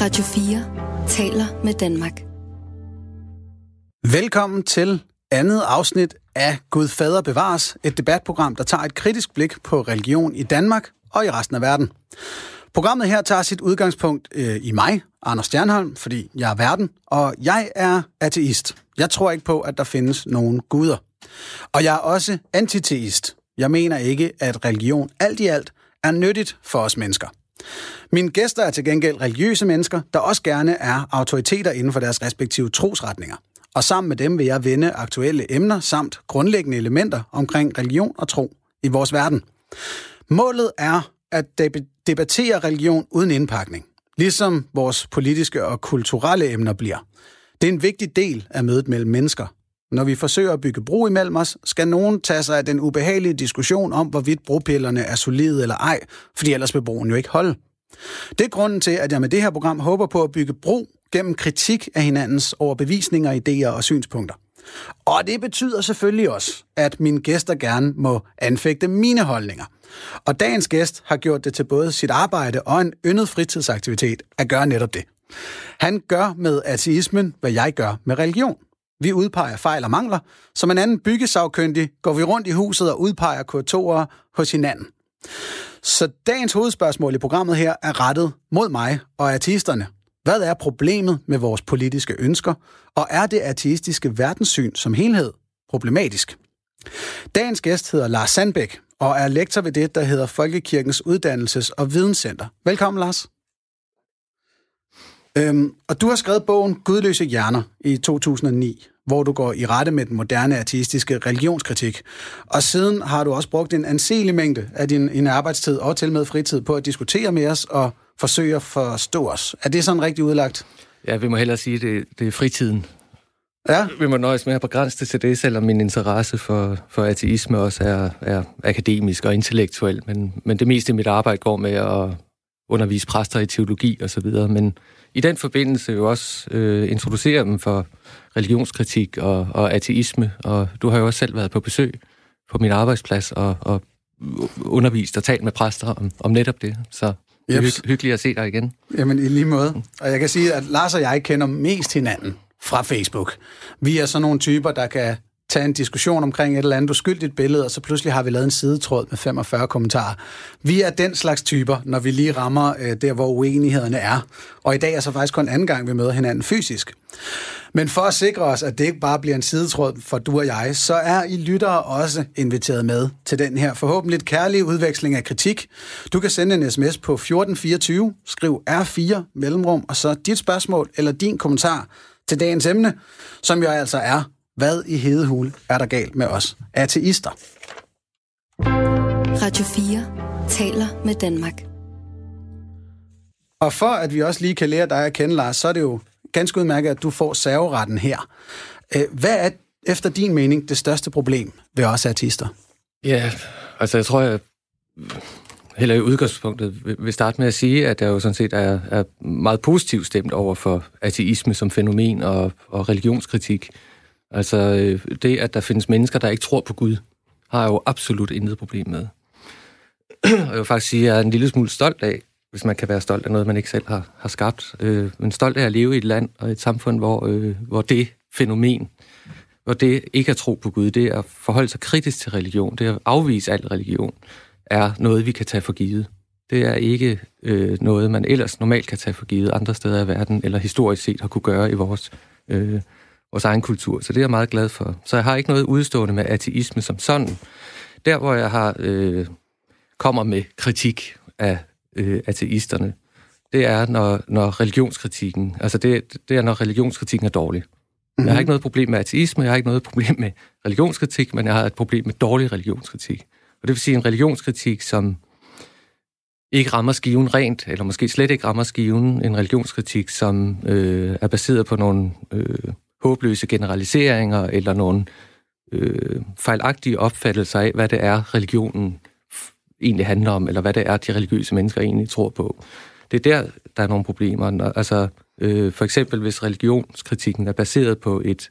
Radio 4 taler med Danmark. Velkommen til andet afsnit af Gud Fader Bevares, et debatprogram, der tager et kritisk blik på religion i Danmark og i resten af verden. Programmet her tager sit udgangspunkt i mig, Anders Stjernholm, fordi jeg er verden, og jeg er ateist. Jeg tror ikke på, at der findes nogen guder. Og jeg er også antiteist. Jeg mener ikke, at religion alt i alt er nyttigt for os mennesker. Mine gæster er til gengæld religiøse mennesker, der også gerne er autoriteter inden for deres respektive trosretninger. Og sammen med dem vil jeg vende aktuelle emner samt grundlæggende elementer omkring religion og tro i vores verden. Målet er at debattere religion uden indpakning, ligesom vores politiske og kulturelle emner bliver. Det er en vigtig del af mødet mellem mennesker. Når vi forsøger at bygge bro imellem os, skal nogen tage sig af den ubehagelige diskussion om, hvorvidt bropillerne er solide eller ej, fordi ellers vil broen jo ikke holde. Det er grunden til, at jeg med det her program håber på at bygge bro gennem kritik af hinandens overbevisninger, idéer og synspunkter. Og det betyder selvfølgelig også, at mine gæster gerne må anfægte mine holdninger. Og dagens gæst har gjort det til både sit arbejde og en yndet fritidsaktivitet at gøre netop det. Han gør med ateismen, hvad jeg gør med religion. Vi udpeger fejl og mangler. Som en anden byggesagkyndig går vi rundt i huset og udpeger kuratorer hos hinanden. Så dagens hovedspørgsmål i programmet her er rettet mod mig og ateisterne. Hvad er problemet med vores politiske ønsker, og er det ateistiske verdenssyn som helhed problematisk? Dagens gæst hedder Lars Sandbæk og er lektor ved det, der hedder Folkekirkens Uddannelses- og Videnscenter. Velkommen, Lars. Og du har skrevet bogen Gudløse hjerner i 2009, hvor du går i rette med den moderne ateistiske religionskritik. Og siden har du også brugt en anselig mængde af din arbejdstid og til med fritid på at diskutere med os og forsøge at forstå os. Er det sådan rigtig udlagt? Ja, vi må hellere sige, at det er fritiden. Ja. Vi må nøjes med at begrænse det til det, selvom min interesse for ateisme også er akademisk og intellektuel. Men det meste af mit arbejde går med at undervise præster i teologi og så videre. Men i den forbindelse jo også introducere dem for religionskritik og ateisme. Og du har jo også selv været på besøg på min arbejdsplads og undervist og talt med præster om netop det. Så det er hyggeligt at se dig igen. Jamen i lige måde. Og jeg kan sige, at Lars og jeg kender mest hinanden fra Facebook. Vi er sådan nogle typer, der kan tage en diskussion omkring et eller andet uskyldigt billede, og så pludselig har vi lavet en sidetråd med 45 kommentarer. Vi er den slags typer, når vi lige rammer der, hvor uenighederne er. Og i dag er så faktisk kun anden gang, vi møder hinanden fysisk. Men for at sikre os, at det ikke bare bliver en sidetråd for du og jeg, så er I lyttere også inviteret med til den her forhåbentlig kærlige udveksling af kritik. Du kan sende en sms på 1424, skriv R4 mellemrum, og så dit spørgsmål eller din kommentar til dagens emne, som jo altså er: hvad i hedehul er der galt med os ateister? Radio 4 taler med Danmark. Og for at vi også lige kan lære dig at kende, Lars, så er det jo ganske udmærket, at du får serveretten her. Hvad er efter din mening det største problem ved os ateister? Ja, altså jeg tror, jeg heller i udgangspunktet vil starte med at sige, at jeg jo sådan set er meget positivt stemt over for ateisme som fænomen og religionskritik. Altså det, at der findes mennesker, der ikke tror på Gud, har jeg jo absolut intet problem med. Og jeg vil faktisk sige, at jeg er en lille smule stolt af, hvis man kan være stolt af noget, man ikke selv har skabt, men stolt af at leve i et land og et samfund, hvor det fænomen, hvor det ikke at tro på Gud, det at forholde sig kritisk til religion, det at afvise al religion, er noget, vi kan tage for givet. Det er ikke noget, man ellers normalt kan tage for givet andre steder i verden, eller historisk set har kunne gøre i vores egen kultur. Så det er jeg meget glad for. Så jeg har ikke noget udstående med ateisme som sådan. Der, hvor jeg har kommer med kritik af ateisterne, det er, når religionskritikken, altså det er, når religionskritikken er dårlig. Jeg har ikke noget problem med ateisme, jeg har ikke noget problem med religionskritik, men jeg har et problem med dårlig religionskritik. Og det vil sige en religionskritik, som ikke rammer skiven rent, eller måske slet ikke rammer skiven, en religionskritik, som er baseret på nogle håbløse generaliseringer, eller nogle fejlagtige opfattelser af, hvad det er, religionen egentlig handler om, eller hvad det er, de religiøse mennesker egentlig tror på. Det er der er nogle problemer. Altså, for eksempel, hvis religionskritikken er baseret på et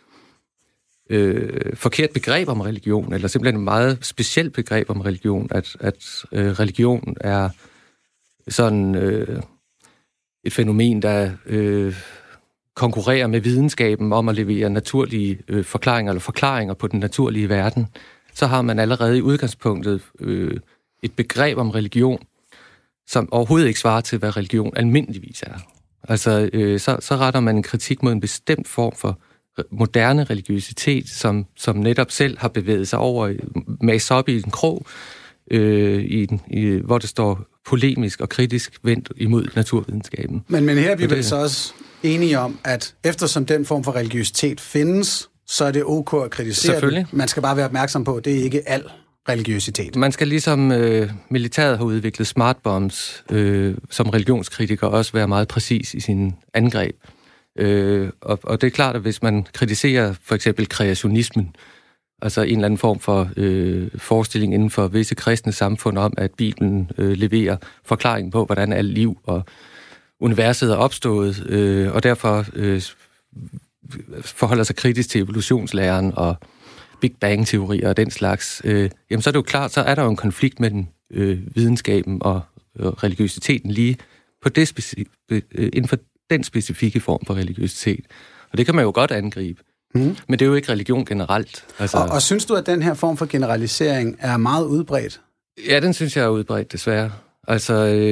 forkert begreb om religion, eller simpelthen et meget specielt begreb om religion, at religion er sådan et fænomen, der konkurrerer med videnskaben om at levere naturlige forklaringer eller forklaringer på den naturlige verden, så har man allerede i udgangspunktet et begreb om religion, som overhovedet ikke svarer til, hvad religion almindeligvis er. Altså, så retter man en kritik mod en bestemt form for moderne religiøsitet, som netop selv har bevæget sig over, mast op i en krog, hvor det står polemisk og kritisk vendt imod naturvidenskaben. Men her er vi vel så også enige om, at eftersom den form for religiøsitet findes, så er det ok at kritisere det. Man skal bare være opmærksom på, at det er ikke al religiøsitet. Man skal ligesom militæret har udviklet smart bombs, som religionskritiker også være meget præcis i sin angreb. Og det er klart, at hvis man kritiserer for eksempel kreationismen, altså en eller anden form for forestilling inden for visse kristne samfund om, at Bibelen leverer forklaring på, hvordan alt liv og universet er opstået, og derfor forholder sig kritisk til evolutionslæren og Big Bang-teorier og den slags, jamen så er det jo klart, så er der jo en konflikt mellem videnskaben og religiøsiteten lige på det inden for den specifikke form for religiøsitet. Og det kan man jo godt angribe. Men det er jo ikke religion generelt. Altså, og synes du, at den her form for generalisering er meget udbredt? Ja, den synes jeg er udbredt, desværre. Altså,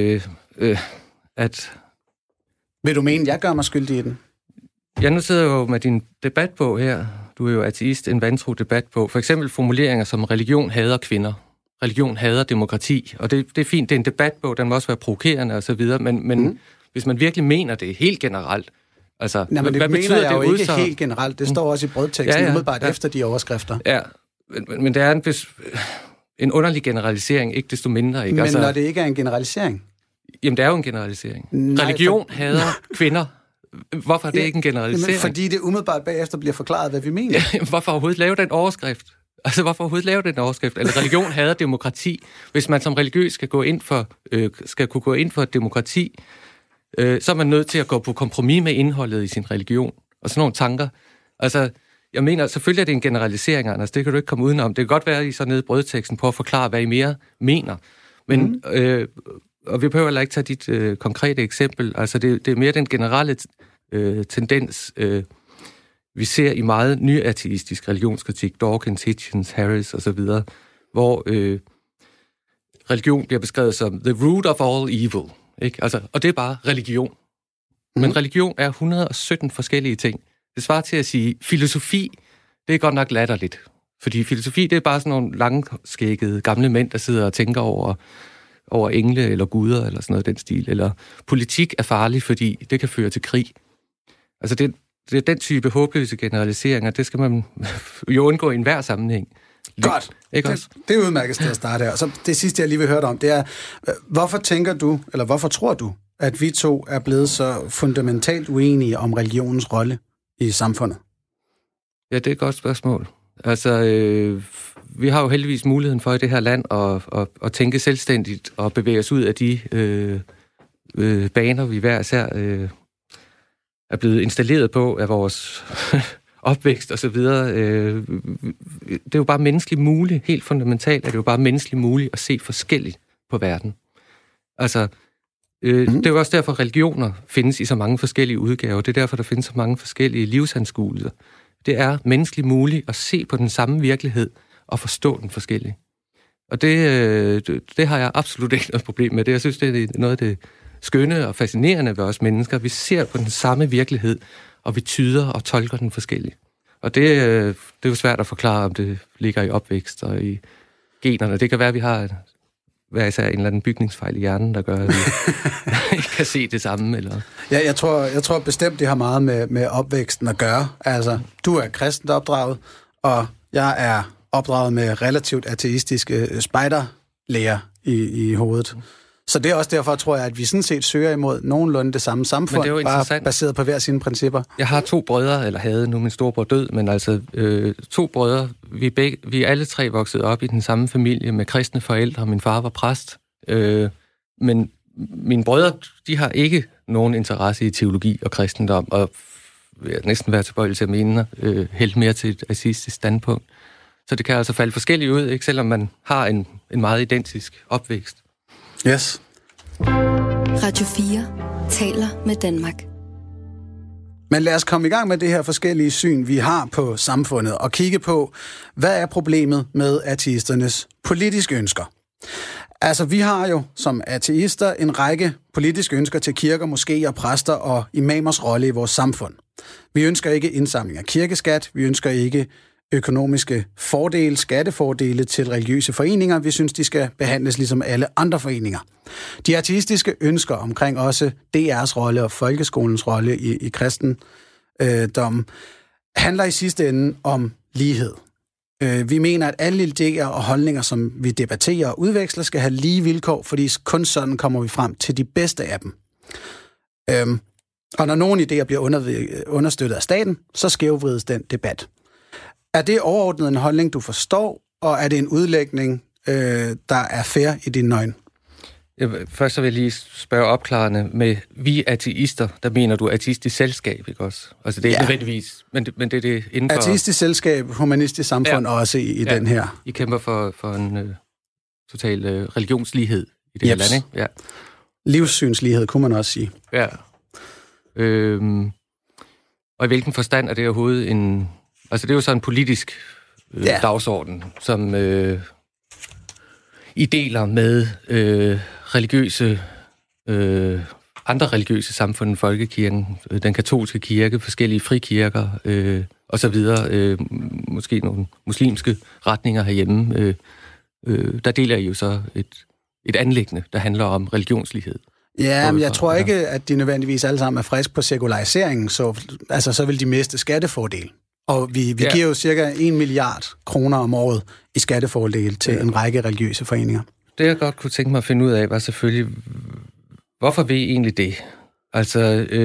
at... Vil du mene, jeg gør mig skyldig i den? Ja, nu sidder jeg jo med din debatbog her. Du er jo ateist, en vantro debatbog. For eksempel formuleringer som religion hader kvinder. Religion hader demokrati. Og det er fint, det er en debatbog, den må også være provokerende og så videre, men hvis man virkelig mener det helt generelt, altså, nej, men det mener jeg jo ikke helt generelt. Det står også i brødteksten, umiddelbart efter de overskrifter. Ja, men det er en underlig generalisering, ikke desto mindre. Ikke? Men når det ikke er en generalisering? Jamen, det er jo en generalisering. Nej, religion hader kvinder. Hvorfor er det ikke en generalisering? Fordi det umiddelbart bagefter bliver forklaret, hvad vi mener. Ja, hvorfor overhovedet lave den overskrift? Altså, hvorfor overhovedet lave den overskrift? Eller religion hader demokrati. Hvis man som religiøs skal kunne gå ind for demokrati, så er man nødt til at gå på kompromis med indholdet i sin religion. Og sådan nogle tanker. Altså, jeg mener, selvfølgelig er det en generalisering, Anders. Det kan du ikke komme udenom. Det kan godt være, at I så nede i brødteksten på at forklare, hvad I mere mener. Men, og vi behøver heller ikke tage dit konkrete eksempel. Altså, det er mere den generelle tendens, vi ser i meget nyateistisk religionskritik, Dawkins, Hitchens, Harris osv., hvor religion bliver beskrevet som the root of all evil. Ikke? Altså, og det er bare religion. Men religion er 117 forskellige ting. Det svarer til at sige, filosofi, det er godt nok latterligt. Fordi filosofi, det er bare sådan nogle langskæggede gamle mænd, der sidder og tænker over engle eller guder eller sådan noget den stil. Eller politik er farlig, fordi det kan føre til krig. Altså det er den type håbløse generaliseringer, det skal man jo undgå i enhver sammenhæng. Godt. Det er udmærket sted at starte her. Og så det sidste, jeg lige vil høre dig om, det er, hvorfor tror du, at vi to er blevet så fundamentalt uenige om religionens rolle i samfundet? Ja, det er et godt spørgsmål. Altså, vi har jo heldigvis muligheden for i det her land at tænke selvstændigt og bevæge os ud af de baner, vi hver især er blevet installeret på af vores opvækst og så videre. Det er jo bare menneskeligt muligt, helt fundamentalt er det jo bare menneskeligt muligt at se forskelligt på verden. Altså, det er jo også derfor, religioner findes i så mange forskellige udgaver. Det er derfor, der findes så mange forskellige livsanskuelser. Det er menneskeligt muligt at se på den samme virkelighed og forstå den forskellige. Og det har jeg absolut ikke noget problem med. Jeg synes, det er noget af det skønne og fascinerende ved os mennesker. Vi ser på den samme virkelighed, og vi tyder og tolker den forskelligt. Og det er jo svært at forklare, om det ligger i opvækst og i generne. Det kan være, at vi har hver især en eller anden bygningsfejl i hjernen, der gør, at vi ikke kan se det samme. Eller... Ja, jeg tror bestemt, det har meget med opvæksten at gøre. Altså, du er kristent opdraget, og jeg er opdraget med relativt ateistiske spejderlæger i hovedet. Så det er også derfor, tror jeg, at vi sådan set søger imod nogenlunde det samme samfund, det er jo bare baseret på hver sine principper. Jeg har 2 brødre, eller havde nu min storebror død, men altså 2 brødre. Vi er alle 3 vokset op i den samme familie med kristne forældre, og min far var præst. Men mine brødre, de har ikke nogen interesse i teologi og kristendom, og jeg næsten være tilbøjelig til at mene, helt mere til et ateistisk standpunkt. Så det kan altså falde forskelligt ud, ikke, selvom man har en meget identisk opvækst. Yes. Radio 4 taler med Danmark. Men lad os komme i gang med det her forskellige syn, vi har på samfundet, og kigge på, hvad er problemet med ateisternes politiske ønsker. Altså, vi har jo som ateister en række politiske ønsker til kirker, moskéer, præster og imamers rolle i vores samfund. Vi ønsker ikke indsamling af kirkeskat, vi ønsker ikke økonomiske fordele, skattefordele til religiøse foreninger. Vi synes, de skal behandles ligesom alle andre foreninger. De ateistiske ønsker omkring også DR's rolle og folkeskolens rolle i kristendom handler i sidste ende om lighed. Vi mener, at alle idéer og holdninger, som vi debatterer og udveksler, skal have lige vilkår, fordi kun sådan kommer vi frem til de bedste af dem. Og når nogle idéer bliver understøttet af staten, så skævvrides den debat. Er det overordnet en holdning, du forstår, og er det en udlægning, der er fair i dine øjne? Først så vil jeg lige spørge opklarende med, vi ateister, der mener du ateistisk selskab, ikke også? Altså det er ikke nødvendigvis, men det er det inden for... Ateistisk selskab, humanistisk samfund også i den her. I kæmper for en total religionslighed i det her land, ikke? Ja. Livssynslighed, kunne man også sige. Ja. Og i hvilken forstand er det overhovedet en... Altså det er jo så en politisk dagsorden, som I deler med religiøse, andre religiøse samfund end folkekirken, den katolske kirke, forskellige frikirker og så videre, måske nogle muslimske retninger herhjemme. Der deler I jo så et anliggende, der handler om religionslighed. Ja, men jeg tror ikke, at de nødvendigvis alle sammen er friske på sekulariseringen, så vil de miste skattefordel. Og vi giver jo cirka 1 milliard kroner om året i skattefordel til en række religiøse foreninger. Det jeg godt kunne tænke mig at finde ud af, var selvfølgelig, hvorfor vil I egentlig det? Altså,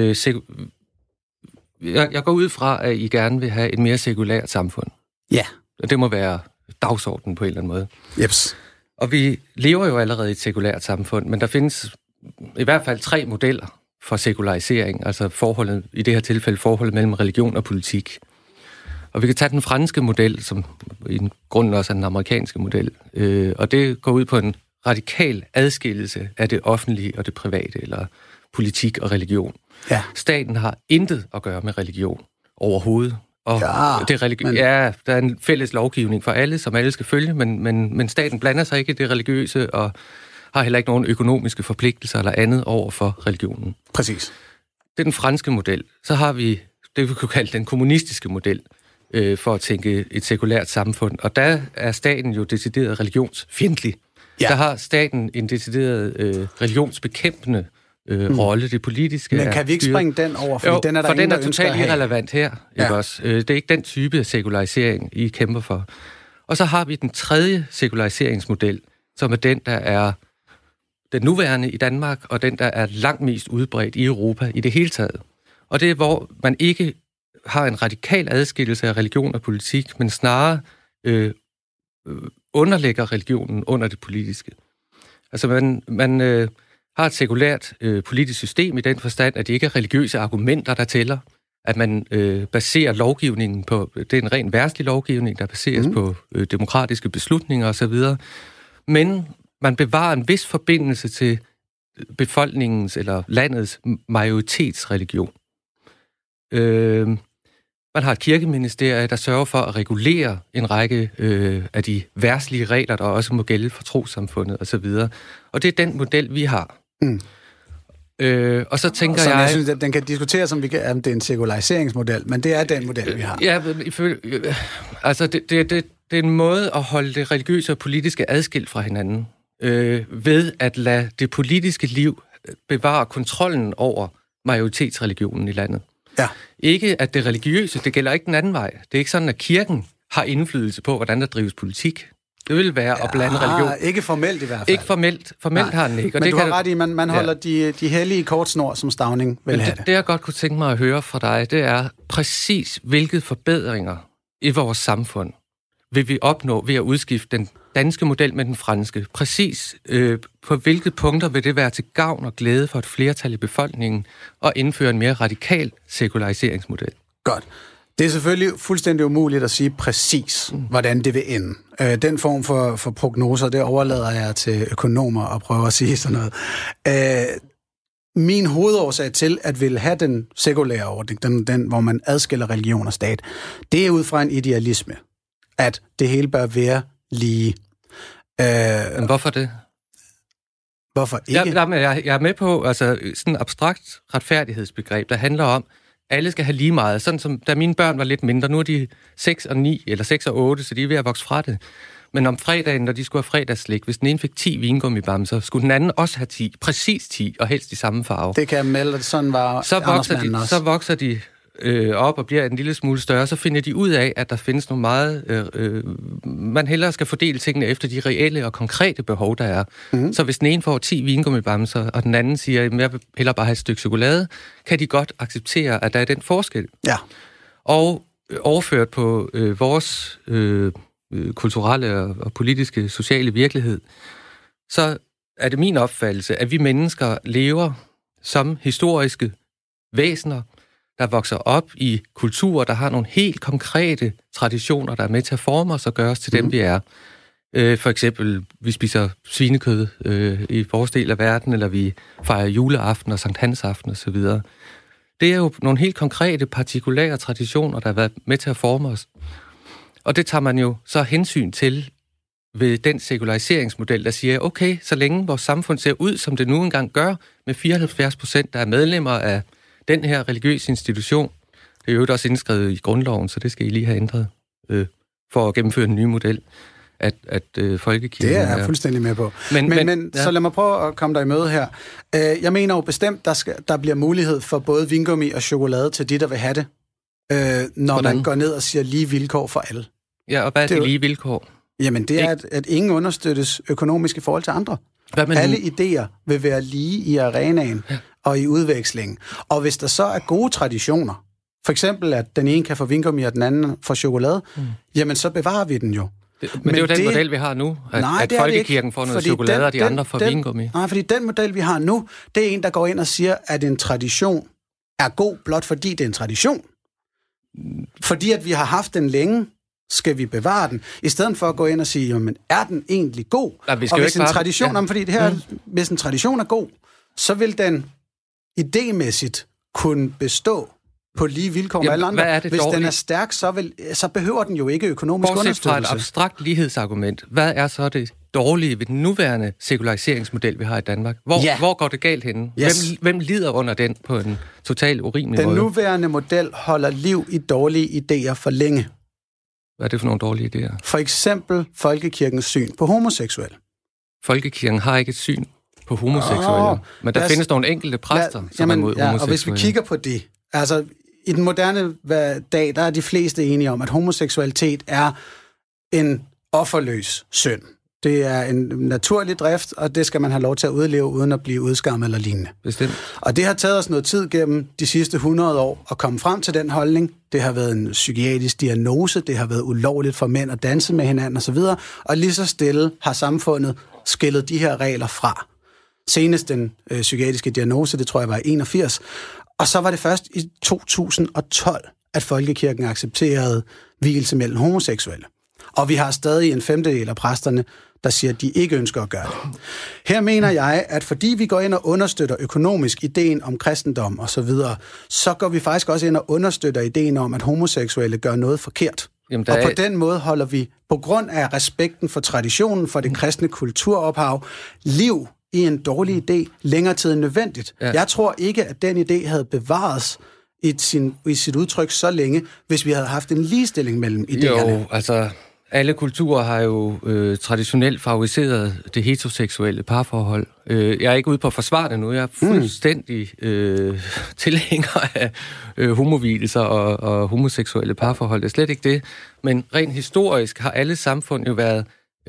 jeg går ud fra, at I gerne vil have et mere sekulært samfund. Ja. Og det må være dagsordenen på en eller anden måde. Jeps. Og vi lever jo allerede i et sekulært samfund, men der findes i hvert fald 3 modeller for sekularisering, altså forholdet, i det her tilfælde forholdet mellem religion og politik. Og vi kan tage den franske model, som i grunden også er den amerikanske model, og det går ud på en radikal adskillelse af det offentlige og det private, eller politik og religion. Ja. Staten har intet at gøre med religion overhovedet. Og der er en fælles lovgivning for alle, som alle skal følge, men staten blander sig ikke i det religiøse, og har heller ikke nogen økonomiske forpligtelser eller andet over for religionen. Præcis. Det er den franske model. Så har vi det, vi kunne kalde den kommunistiske model, for at tænke et sekulært samfund. Og der er staten jo decideret religionsfjendtlig. Ja. Der har staten en decideret religionsbekæmpende rolle, det politiske. Men kan vi ikke springe den over, fordi den er der ingen, der ønsker at have? For den er totalt irrelevant her. Ja. Ikke også? Det er ikke den type af sekularisering, I kæmper for. Og så har vi den tredje sekulariseringsmodel, som er den, der er den nuværende i Danmark, og den, der er langt mest udbredt i Europa i det hele taget. Og det er, hvor man ikke har en radikal adskillelse af religion og politik, men snarere underlægger religionen under det politiske. Altså man har et sekulært politisk system i den forstand, at det ikke er religiøse argumenter, der tæller, at man baserer lovgivningen på, det er en ren verdslig lovgivning, der baseres på demokratiske beslutninger osv., men man bevarer en vis forbindelse til befolkningens eller landets majoritetsreligion. Man har et kirkeministerie, der sørger for at regulere en række af de verdslige regler, der også må gælde for trossamfundet osv. Og det er den model, vi har. Og så tænker jeg synes, at den kan diskuteres, om det er en sekulariseringsmodel, men det er den model, vi har. Ja, altså det er en måde at holde det religiøse og politiske adskilt fra hinanden, ved at lade det politiske liv bevare kontrollen over majoritetsreligionen i landet. Ja. Ikke at det religiøse, det gælder ikke den anden vej. Det er ikke sådan, at kirken har indflydelse på, hvordan der drives politik. Det vil være at blande religion. Ikke formelt i hvert fald. Ikke formelt. Formelt har den ikke. Og men det du har ret i, man holder de hellige kortsnor, som Stauning vil have det. Det, jeg godt kunne tænke mig at høre fra dig, det er præcis, hvilke forbedringer i vores samfund vil vi opnå ved at udskifte den danske model med den franske. Præcis på hvilke punkter vil det være til gavn og glæde for et flertal i befolkningen at indføre en mere radikal sekulariseringsmodel? Godt. Det er selvfølgelig fuldstændig umuligt at sige præcis, hvordan det vil ende. Den form for prognoser, det overlader jeg til økonomer at prøve at sige sådan noget. min hovedårsag til at ville have den sekulære ordning, den hvor man adskiller religion og stat, det er ud fra en idealisme, at det hele bør være lige. Men hvorfor det? Hvorfor ikke? Jeg er med på altså, sådan et abstrakt retfærdighedsbegreb, der handler om, at alle skal have lige meget. Sådan som da mine børn var lidt mindre, nu er de 6 og 9, eller 6 og 8, så de er ved at vokse fra det. Men om fredagen, når de skulle have fredagsslik, hvis den ene fik 10 vingummibamser, skulle den anden også have 10, præcis 10, og helst i samme farve. Det kan jeg melde, at sådan var så vokser de op og bliver en lille smule større, så finder de ud af, at der findes nogle meget... man hellere skal fordele tingene efter de reelle og konkrete behov, der er. Mm-hmm. Så hvis den ene får 10 vingummibamser, og den anden siger, at jeg vil hellere bare have et stykke chokolade, kan de godt acceptere, at der er den forskel. Ja. Og overført på vores kulturelle og politiske, sociale virkelighed, så er det min opfattelse, at vi mennesker lever som historiske væsener, der vokser op i kulturer, der har nogle helt konkrete traditioner, der er med til at forme os og gøre os til dem, vi er. For eksempel, vi spiser svinekød i vores del af verden, eller vi fejrer juleaften og Sankt Hans aften osv. Det er jo nogle helt konkrete, partikulære traditioner, der har været med til at forme os. Og det tager man jo så hensyn til ved den sekulariseringsmodel, der siger, okay, så længe vores samfund ser ud, som det nu engang gør, med 74%, der er medlemmer af den her religiøse institution, det er jo også indskrevet i grundloven, så det skal I lige have ændret for at gennemføre en ny model, at folkekirken... Det er jeg fuldstændig med på. Men så lad mig prøve at komme dig i møde her. Jeg mener jo bestemt, der bliver mulighed for både vingummi og chokolade til de, der vil have det, når man går ned og siger lige vilkår for alle. Ja, og hvad er det lige vilkår? Jamen, det er, at ingen understøttes økonomisk i forhold til andre. Alle idéer vil være lige i arenaen og i udvekslingen. Og hvis der så er gode traditioner, for eksempel at den ene kan få vingummi og den anden får chokolade, jamen så bevarer vi den jo. Men det er jo den model, vi har nu, at folkekirken får noget chokolade, og de andre får vingummi. Nej, fordi den model, vi har nu, det er en, der går ind og siger, at en tradition er god, blot fordi det er en tradition. Fordi at vi har haft den længe, skal vi bevare den, i stedet for at gå ind og sige, jamen, er den egentlig god? Nej, og hvis en tradition, fordi det her, hvis en tradition er god, så vil den idémæssigt kunne bestå på lige vilkår med alle andre. Hvis den er stærk, så behøver den jo ikke økonomisk understøttelse. Bortset fra et abstrakt lighedsargument, hvad er så det dårlige ved den nuværende sekulariseringsmodel, vi har i Danmark? Hvor går det galt henne? Yes. Hvem lider under den på en total urimelig måde? Den nuværende model holder liv i dårlige idéer for længe. Hvad er det for nogle dårlige idéer? For eksempel folkekirkens syn på homoseksuelle. Folkekirken har ikke et syn på homoseksuelle, men der findes nogle enkelte præster, som er mod homoseksuelle. Og hvis vi kigger på det, altså i den moderne dag, der er de fleste enige om, at homoseksualitet er en offerløs synd. Det er en naturlig drift, og det skal man have lov til at udleve, uden at blive udskammet eller lignende. Bestemt. Og det har taget os noget tid gennem de sidste 100 år at komme frem til den holdning. Det har været en psykiatrisk diagnose, det har været ulovligt for mænd at danse med hinanden osv., og lige så stille har samfundet skillet de her regler fra. Senest den psykiatriske diagnose, det tror jeg var i 81, og så var det først i 2012, at folkekirken accepterede vielse mellem homoseksuelle. Og vi har stadig en femtedel af præsterne, der siger, at de ikke ønsker at gøre det. Her mener jeg, at fordi vi går ind og understøtter økonomisk ideen om kristendom og så videre, så går vi faktisk også ind og understøtter ideen om, at homoseksuelle gør noget forkert. Og på den måde holder vi, på grund af respekten for traditionen, for det kristne kulturophav, liv i en dårlig idé længere tid end nødvendigt. Ja. Jeg tror ikke, at den idé havde bevaret i sit udtryk så længe, hvis vi havde haft en ligestilling mellem idéerne. Jo, altså alle kulturer har jo traditionelt favoriseret det heteroseksuelle parforhold. Jeg er ikke ude på at forsvare det nu. Jeg er fuldstændig tilhænger af homovielser og homoseksuelle parforhold. Det er slet ikke det. Men rent historisk har alle samfund jo været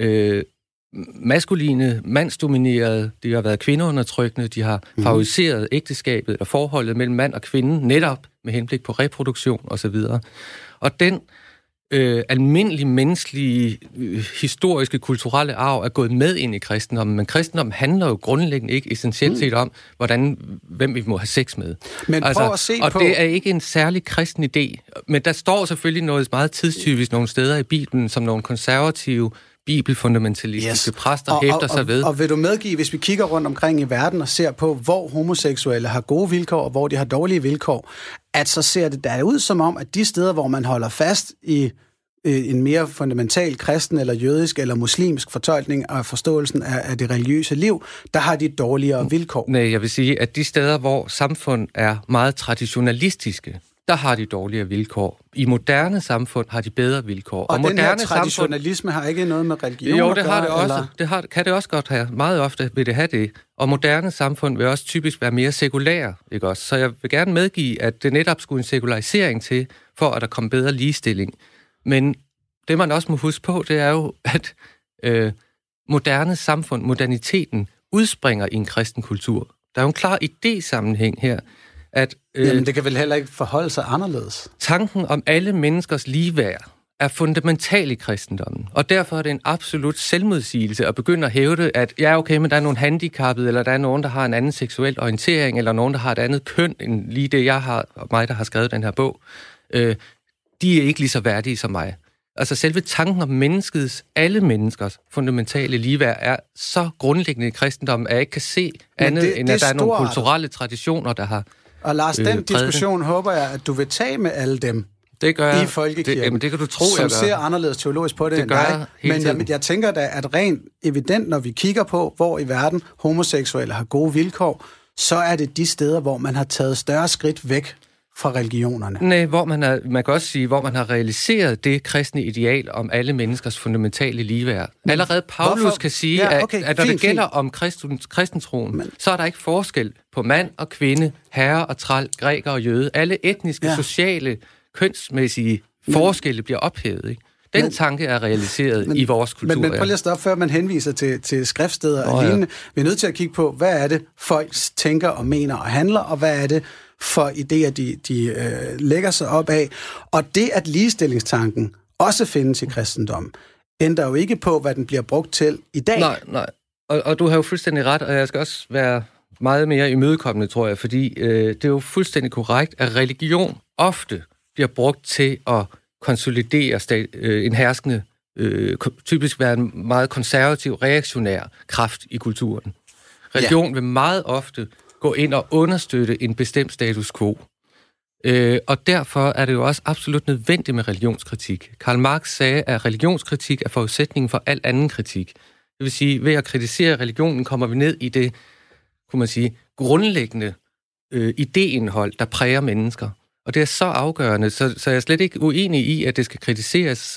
maskuline, mandsdominerede, de har været kvindeundertrykkende, de har favoriseret ægteskabet og forholdet mellem mand og kvinde, netop med henblik på reproduktion osv. Og den almindelige menneskelige, historiske, kulturelle arv er gået med ind i kristendommen, men kristendommen handler jo grundlæggende ikke essentielt set om, hvem vi må have sex med. Men prøv at se og på... det er ikke en særlig kristen idé, men der står selvfølgelig noget meget tidstypisk nogle steder i Bibelen, som nogle konservative bibelfundamentalistiske præster hæfter sig ved. Og vil du medgive, hvis vi kigger rundt omkring i verden og ser på, hvor homoseksuelle har gode vilkår, og hvor de har dårlige vilkår, at så ser det der ud som om, at de steder, hvor man holder fast i en mere fundamental kristen eller jødisk eller muslimsk fortolkning af forståelsen af det religiøse liv, der har de dårligere vilkår. Nej, jeg vil sige, at de steder, hvor samfund er meget traditionalistiske, der har de dårligere vilkår. I moderne samfund har de bedre vilkår. Og den moderne her traditionalisme har ikke noget med religion jo, at gøre? Jo, det har det også. Kan det også godt have. Meget ofte vil det have det. Og moderne samfund vil også typisk være mere sekulære, ikke også? Så jeg vil gerne medgive, at det netop skulle en sekularisering til, for at der kommer bedre ligestilling. Men det, man også må huske på, det er jo, at moderne samfund, moderniteten, udspringer i en kristen kultur. Der er jo en klar idésammenhæng her, at jamen, det kan vel heller ikke forholde sig anderledes. Tanken om alle menneskers ligeværd er fundamental i kristendommen, og derfor er det en absolut selvmodsigelse at begynde at hævde, at ja, okay, men der er nogle handicappede, eller der er nogen, der har en anden seksuel orientering, eller nogen, der har et andet køn, end lige det, jeg har, og mig, der har skrevet den her bog. De er ikke lige så værdige som mig. Altså selve tanken om alle menneskers fundamentale ligeværd er så grundlæggende i kristendommen, at jeg ikke kan se andet, end at der er nogle kulturelle traditioner, der har og Lars, den diskussion håber jeg, at du vil tage med alle dem i folkekirken, det kan du tro, som ser anderledes teologisk på det end dig. Men jeg tænker da, at rent evident, når vi kigger på, hvor i verden homoseksuelle har gode vilkår, så er det de steder, hvor man har taget større skridt væk fra religionerne. Nej, man kan også sige, hvor man har realiseret det kristne ideal om alle menneskers fundamentale ligeværd. Allerede Paulus kan sige, at når det gælder om kristentroen, så er der ikke forskel på mand og kvinde, herre og træl, græker og jøde. Alle etniske, sociale, kønsmæssige forskelle bliver ophævet, ikke? Den tanke er realiseret i vores kultur. Men prøv lige at stoppe, før man henviser til skriftsteder og lignende. Vi er nødt til at kigge på, hvad er det, folk tænker og mener og handler, og hvad er det for idéer, de lægger sig op af. Og det, at ligestillingstanken også findes i kristendommen, ændrer jo ikke på, hvad den bliver brugt til i dag. Nej. Og du har jo fuldstændig ret, og jeg skal også være meget mere imødekommende, tror jeg, fordi det er jo fuldstændig korrekt, at religion ofte bliver brugt til at konsolidere en herskende, typisk være en meget konservativ, reaktionær kraft i kulturen. Religion vil meget ofte gå ind og understøtte en bestemt status quo. Og derfor er det jo også absolut nødvendigt med religionskritik. Karl Marx sagde, at religionskritik er forudsætningen for al anden kritik. Det vil sige, ved at kritisere religionen kommer vi ned i det, kunne man sige, grundlæggende idéindhold, der præger mennesker. Og det er så afgørende, så jeg er slet ikke uenig i, at det skal kritiseres,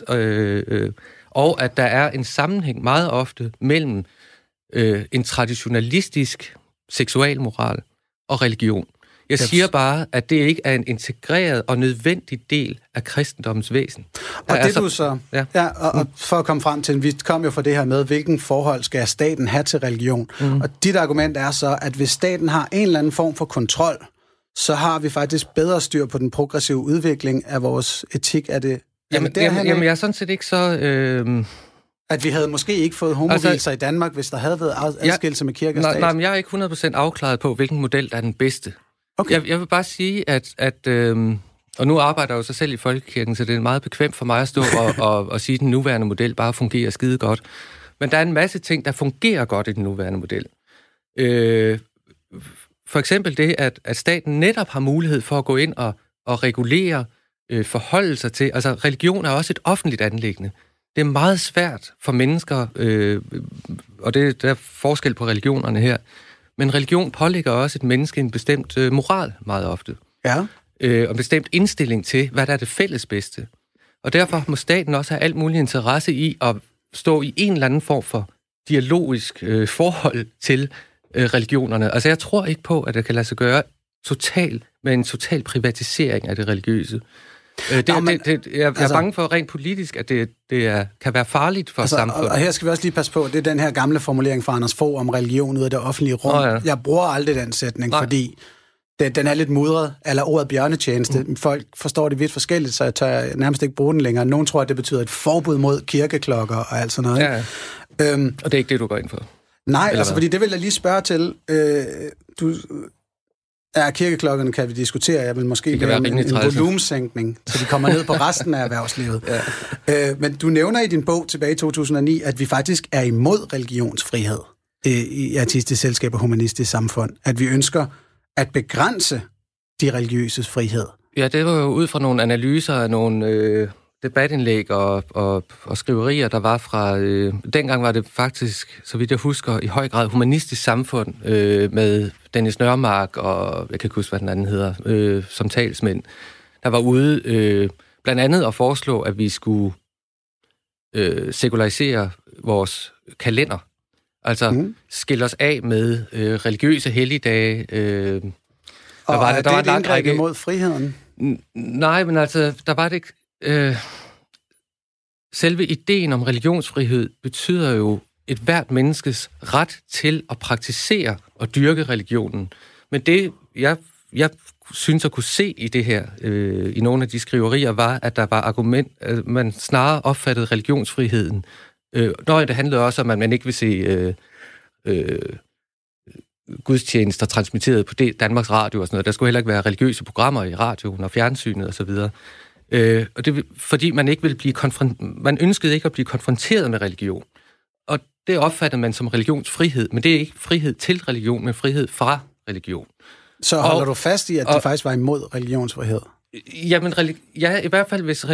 og at der er en sammenhæng meget ofte mellem en traditionalistisk seksualmoral og religion. Jeg siger bare, at det ikke er en integreret og nødvendig del af kristendommens væsen. Og det du så... Og for at komme frem til, vi kom jo fra det her med, hvilken forhold skal staten have til religion. Og dit argument er så, at hvis staten har en eller anden form for kontrol, så har vi faktisk bedre styr på den progressive udvikling af vores etik. Jamen, jeg er sådan set ikke så... At vi havde måske ikke fået homovilser i Danmark, hvis der havde været adskillelse med kirke og stat? Nej, men jeg er ikke 100% afklaret på, hvilken model der er den bedste. Okay. Jeg vil bare sige, at og nu arbejder jeg jo så selv i folkekirken, så det er meget bekvemt for mig at stå og sige, at den nuværende model bare fungerer skide godt. Men der er en masse ting, der fungerer godt i den nuværende model. For eksempel det, at staten netop har mulighed for at gå ind og regulere, forholde sig til... Altså, religion er også et offentligt anliggende. Det er meget svært for mennesker, og der er forskel på religionerne her, men religion pålægger også et menneske en bestemt moral meget ofte. Ja. Og en bestemt indstilling til, hvad der er det fælles bedste. Og derfor må staten også have alt mulig interesse i at stå i en eller anden form for dialogisk forhold til religionerne. Altså jeg tror ikke på, at det kan lade sig gøre med en total privatisering af det religiøse. Jeg er bange for rent politisk, at det kan være farligt for samfundet. Og her skal vi også lige passe på, det er den her gamle formulering fra Anders Fogh om religion ud af det offentlige rum. Jeg bruger aldrig den sætning, fordi den er lidt mudret, eller ordet bjørnetjeneste. Folk forstår det vidt forskelligt, så jeg tør nærmest ikke bruge den længere. Nogen tror, at det betyder et forbud mod kirkeklokker og alt sådan noget. Ja. Og det er ikke det, du går ind for? Nej, fordi det vil jeg lige spørge til. Ja, kirkeklokkerne kan vi diskutere. Jeg vil måske lave en volumensænkning, så de kommer ned på resten af erhvervslivet. Ja. Men du nævner i din bog tilbage i 2009, at vi faktisk er imod religionsfrihed i Ateistisk Selskab og Humanistisk Samfund. At vi ønsker at begrænse de religiøses frihed. Ja, det var jo ud fra nogle analyser af nogle debatindlæg og skriverier, der var fra... dengang var det faktisk, så vidt jeg husker, i høj grad Humanistisk Samfund med Dennis Nørmark og, jeg kan ikke huske, hvad den anden hedder, som talsmænd, der var ude blandt andet at foreslå, at vi skulle sekularisere vores kalender. Altså skille os af med religiøse helligdage. Og var det et indgreb imod friheden? Nej, men altså, der var det ikke... selve ideen om religionsfrihed betyder jo et hvert menneskes ret til at praktisere og dyrke religionen. Men det, jeg synes at kunne se i det her, i nogle af de skriverier, var, at der var argument, at man snarere opfattede religionsfriheden. Når det handlede også om, at man ikke vil se gudstjenester transmitteret på Danmarks Radio og sådan noget. Der skulle heller ikke være religiøse programmer i radioen og fjernsynet og så videre. Og det fordi man ikke ville blive man ønskede ikke at blive konfronteret med religion. Og det opfattede man som religionsfrihed, men det er ikke frihed til religion, men frihed fra religion. Så holder du fast i, at det faktisk var imod religionsfrihed? Jamen, ja, i hvert fald hvis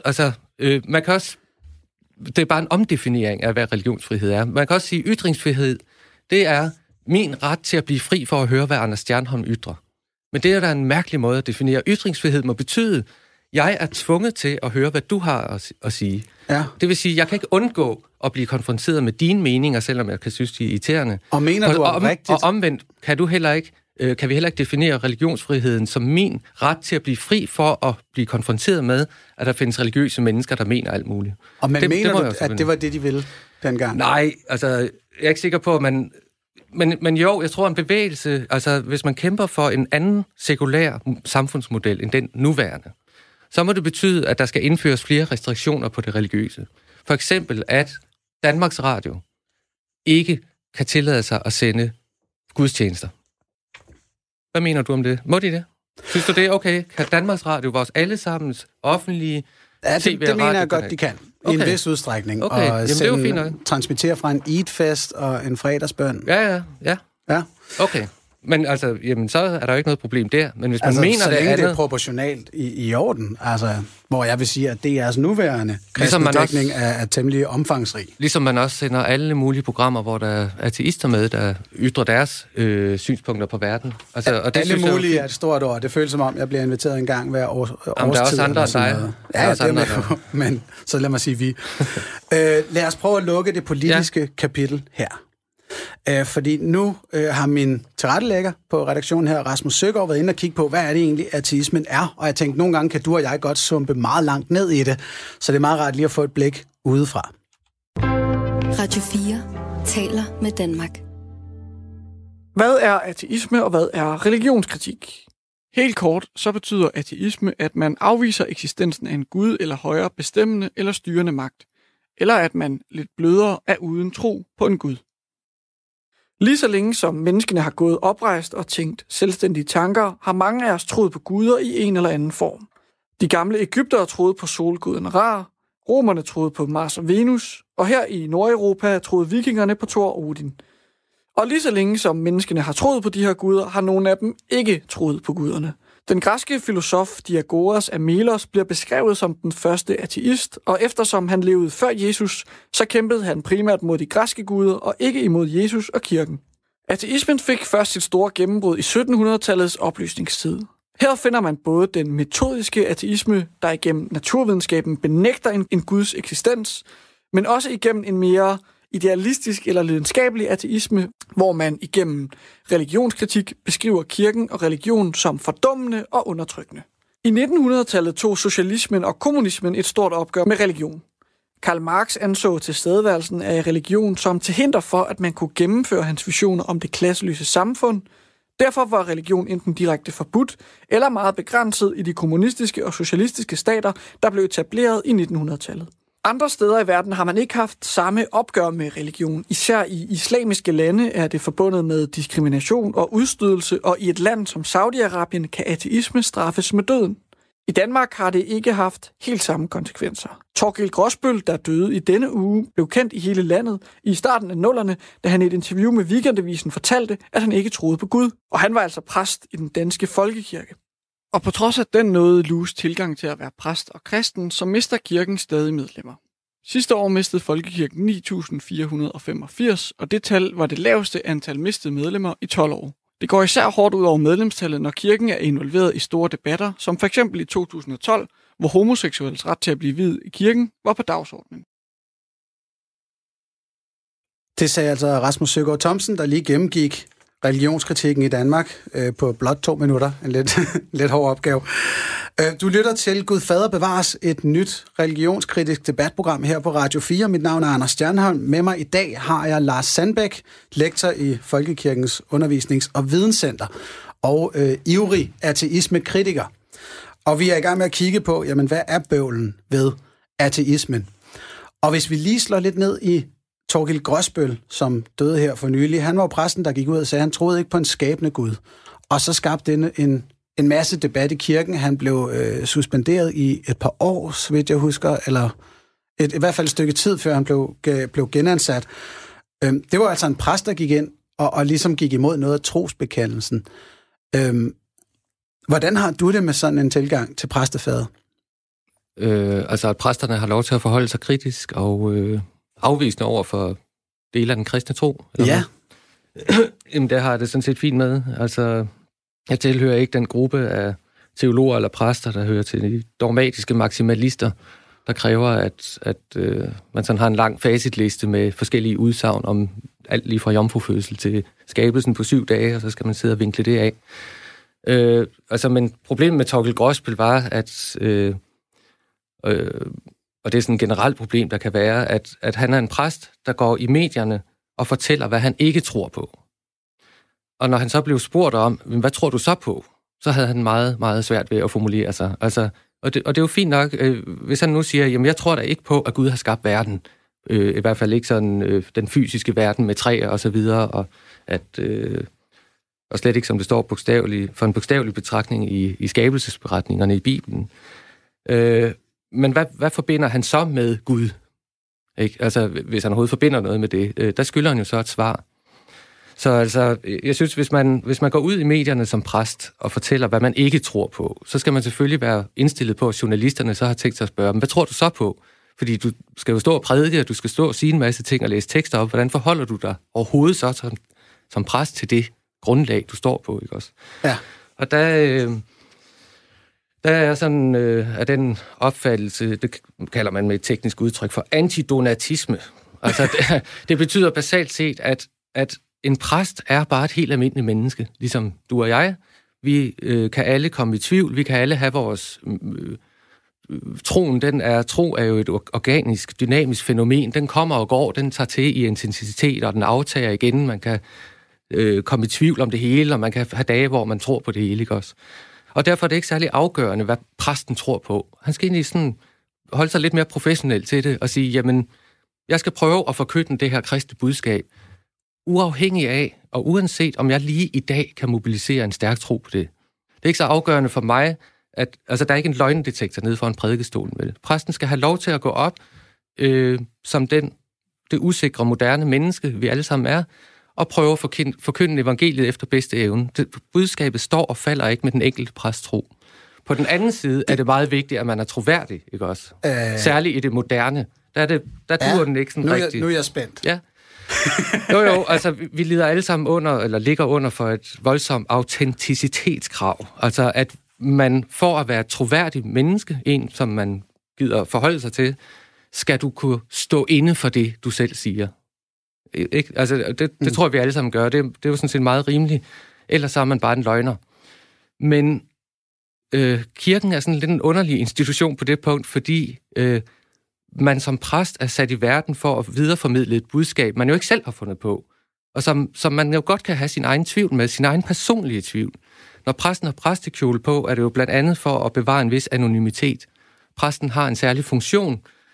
man kan også... Det er bare en omdefinering af, hvad religionsfrihed er. Man kan også sige, at ytringsfrihed, det er min ret til at blive fri for at høre, hvad Anders Stjernholm ytrer. Men det er da en mærkelig måde at definere. Ytringsfrihed må betyde, jeg er tvunget til at høre, hvad du har at sige. Ja. Det vil sige, jeg kan ikke undgå at blive konfronteret med dine meninger, selvom jeg kan synes, de er irriterende. Og mener du rigtigt? Og omvendt kan vi heller ikke definere religionsfriheden som min ret til at blive fri for at blive konfronteret med, at der findes religiøse mennesker, der mener alt muligt. Og man mener du, at det var det, de ville dengang? Nej, altså, jeg er ikke sikker på, at man... Men jo, jeg tror, en bevægelse, altså hvis man kæmper for en anden sekulær samfundsmodel end den nuværende, så må det betyde, at der skal indføres flere restriktioner på det religiøse. For eksempel, at Danmarks Radio ikke kan tillade sig at sende gudstjenester. Hvad mener du om det? Må de det? Synes du det er okay? Kan Danmarks Radio, vores allesammens offentlige det mener jeg godt, de kan. Okay. I en vis udstrækning. Okay, jamen det er jo fint nok. Transmittere fra en Eid-fest og en fredagsbøn. Ja. Okay. Men altså, jamen, så er der jo ikke noget problem der. Men hvis man mener så længe det er proportionalt i orden, altså, hvor jeg vil sige, at DR's nuværende kristne dækning er temmelig omfangsrig. Ligesom man også sender alle mulige programmer, hvor der er ateister med, der ytrer deres synspunkter på verden. Altså, og det alle mulige er et stort ord. Det føles som om, jeg bliver inviteret en gang hver årstid. Der er også andre end dig. Ja, det er med på, men så lad mig sige vi. Lad os prøve at lukke det politiske kapitel her. Fordi nu har min tilrettelægger på redaktionen her, Rasmus Søgaard, været inde og kigge på, hvad er det egentlig, ateismen er. Og jeg tænkte, nogle gange kan du og jeg godt sumpe meget langt ned i det, så det er meget rart lige at få et blik udefra. Radio 4 taler med Danmark. Hvad er ateisme, og hvad er religionskritik? Helt kort, så betyder ateisme, at man afviser eksistensen af en gud eller højere bestemmende eller styrende magt, eller at man lidt blødere er uden tro på en gud. Lige så længe som menneskene har gået oprejst og tænkt selvstændige tanker, har mange af os troet på guder i en eller anden form. De gamle egyptere troede på solguden Ra, romerne troede på Mars og Venus, og her i Nordeuropa troede vikingerne på Thor og Odin. Og lige så længe som menneskene har troet på de her guder, har nogle af dem ikke troet på guderne. Den græske filosof Diagoras af Melos bliver beskrevet som den første ateist, og eftersom han levede før Jesus, så kæmpede han primært mod de græske guder og ikke imod Jesus og kirken. Ateismen fik først sit store gennembrud i 1700-tallets oplysningstid. Her finder man både den metodiske ateisme, der igennem naturvidenskaben benægter en guds eksistens, men også igennem en mere idealistisk eller lidenskabelig ateisme, hvor man igennem religionskritik beskriver kirken og religion som fordummende og undertrykkende. I 1900-tallet tog socialismen og kommunismen et stort opgør med religion. Karl Marx anså tilstedeværelsen af religion som til hinder for, at man kunne gennemføre hans visioner om det klasseløse samfund. Derfor var religion enten direkte forbudt eller meget begrænset i de kommunistiske og socialistiske stater, der blev etableret i 1900-tallet. Andre steder i verden har man ikke haft samme opgør med religion. Især i islamiske lande er det forbundet med diskrimination og udstødelse, og i et land som Saudi-Arabien kan ateisme straffes med døden. I Danmark har det ikke haft helt samme konsekvenser. Thorkild Grosbøll, der døde i denne uge, blev kendt i hele landet i starten af 00'erne, da han i et interview med Weekendavisen fortalte, at han ikke troede på Gud. Og han var altså præst i den danske folkekirke. Og på trods af den nåede Lues tilgang til at være præst og kristen, så mister kirken stadig medlemmer. Sidste år mistede folkekirken 9.485, og det tal var det laveste antal mistede medlemmer i 12 år. Det går især hårdt ud over medlemstallet, når kirken er involveret i store debatter, som f.eks. i 2012, hvor homoseksuelles ret til at blive viet i kirken var på dagsordenen. Det sagde altså Rasmus Søgaard Thomsen, der lige gennemgik religionskritikken i Danmark på blot 2 minutter. En lidt hård opgave. Du lytter til Gud Fader Bevares, et nyt religionskritisk debatprogram her på Radio 4. Mit navn er Anders Stjernholm. Med mig i dag har jeg Lars Sandbæk, lektor i Folkekirkens Undervisnings- og Videnscenter, og ivrig ateisme-kritiker. Og vi er i gang med at kigge på, jamen, hvad er bøvlen ved ateismen? Og hvis vi lige slår lidt ned i Thorkild Grosbøll, som døde her for nylig, han var jo præsten, der gik ud og sagde, at han troede ikke på en skabende Gud. Og så skabte denne en masse debat i kirken. Han blev suspenderet i et par år, så vidt jeg husker, eller i hvert fald et stykke tid, før han blev genansat. Det var altså en præst, der gik ind og ligesom gik imod noget af trosbekendelsen. Hvordan har du det med sådan en tilgang til præstefaget? Altså, at præsterne har lov til at forholde sig kritisk og afvisende over for dele af den kristne tro. Ja. Jamen, det har jeg det sådan set fint med. Altså, jeg tilhører ikke den gruppe af teologer eller præster, der hører til de dogmatiske maksimalister, der kræver, at man sådan har en lang facitliste med forskellige udsagn om alt lige fra jomfrufødsel til skabelsen på 7 dage, og så skal man sidde og vinkle det af. Men problemet med Thorkild Grosbøll var, at og det er sådan et generelt problem, der kan være, at han er en præst, der går i medierne og fortæller, hvad han ikke tror på. Og når han så blev spurgt om, hvad tror du så på? Så havde han meget, meget svært ved at formulere sig. Altså, og det er jo fint nok, hvis han nu siger, jamen jeg tror da ikke på, at Gud har skabt verden. I hvert fald ikke sådan den fysiske verden med træer og så videre, og slet ikke som det står for en bogstavelig betragtning i skabelsesberetningerne i Bibelen. Men hvad forbinder han så med Gud? Ikke? Altså, hvis han overhovedet forbinder noget med det, der skylder han jo så et svar. Så altså, jeg synes, hvis man går ud i medierne som præst og fortæller, hvad man ikke tror på, så skal man selvfølgelig være indstillet på, at journalisterne så har tænkt sig at spørge, hvad tror du så på? Fordi du skal jo stå og prædike, og du skal stå og sige en masse ting og læse tekster op. Hvordan forholder du dig overhovedet så som præst til det grundlag, du står på, ikke også? Ja. Og der er sådan af den opfattelse, det kalder man med et teknisk udtryk for antidonatisme. Altså, det betyder basalt set, at en præst er bare et helt almindeligt menneske, ligesom du og jeg. Vi kan alle komme i tvivl, vi kan alle have vores... Tro er jo et organisk, dynamisk fænomen. Den kommer og går, den tager til i intensitet, og den aftager igen. Man kan komme i tvivl om det hele, og man kan have dage, hvor man tror på det hele, ikke også? Og derfor er det ikke særlig afgørende, hvad præsten tror på. Han skal egentlig sådan holde sig lidt mere professionelt til det og sige, jamen, jeg skal prøve at forkynde det her kristne budskab, uafhængig af, og uanset om jeg lige i dag kan mobilisere en stærk tro på det. Det er ikke så afgørende for mig, at der er ikke en løgndetektor nede for en prædikestol. Vel? Præsten skal have lov til at gå op som det usikre, moderne menneske, vi alle sammen er, og prøve at forkynde evangeliet efter bedste evne. Budskabet står og falder ikke med den enkelte præsttro. På den anden side er det meget vigtigt, at man er troværdig, ikke også? Særligt i det moderne. Der duer den ikke sådan rigtigt. Nu er jeg spændt. Ja. Jo, altså vi lider alle sammen under, eller ligger under for et voldsomt autenticitetskrav. Altså at man for at være et troværdigt menneske, en som man gider forholde sig til, skal du kunne stå inde for det, du selv siger. Ikke? Altså, det tror jeg, vi alle sammen gør. Det er jo sådan set meget rimeligt. Ellers er man bare en løgner. Men kirken er sådan lidt en underlig institution på det punkt, fordi man som præst er sat i verden for at videreformidle et budskab, man jo ikke selv har fundet på, og som man jo godt kan have sin egen tvivl med, sin egen personlige tvivl. Når præsten har præstekjole på, er det jo blandt andet for at bevare en vis anonymitet. Præsten har en særlig funktion,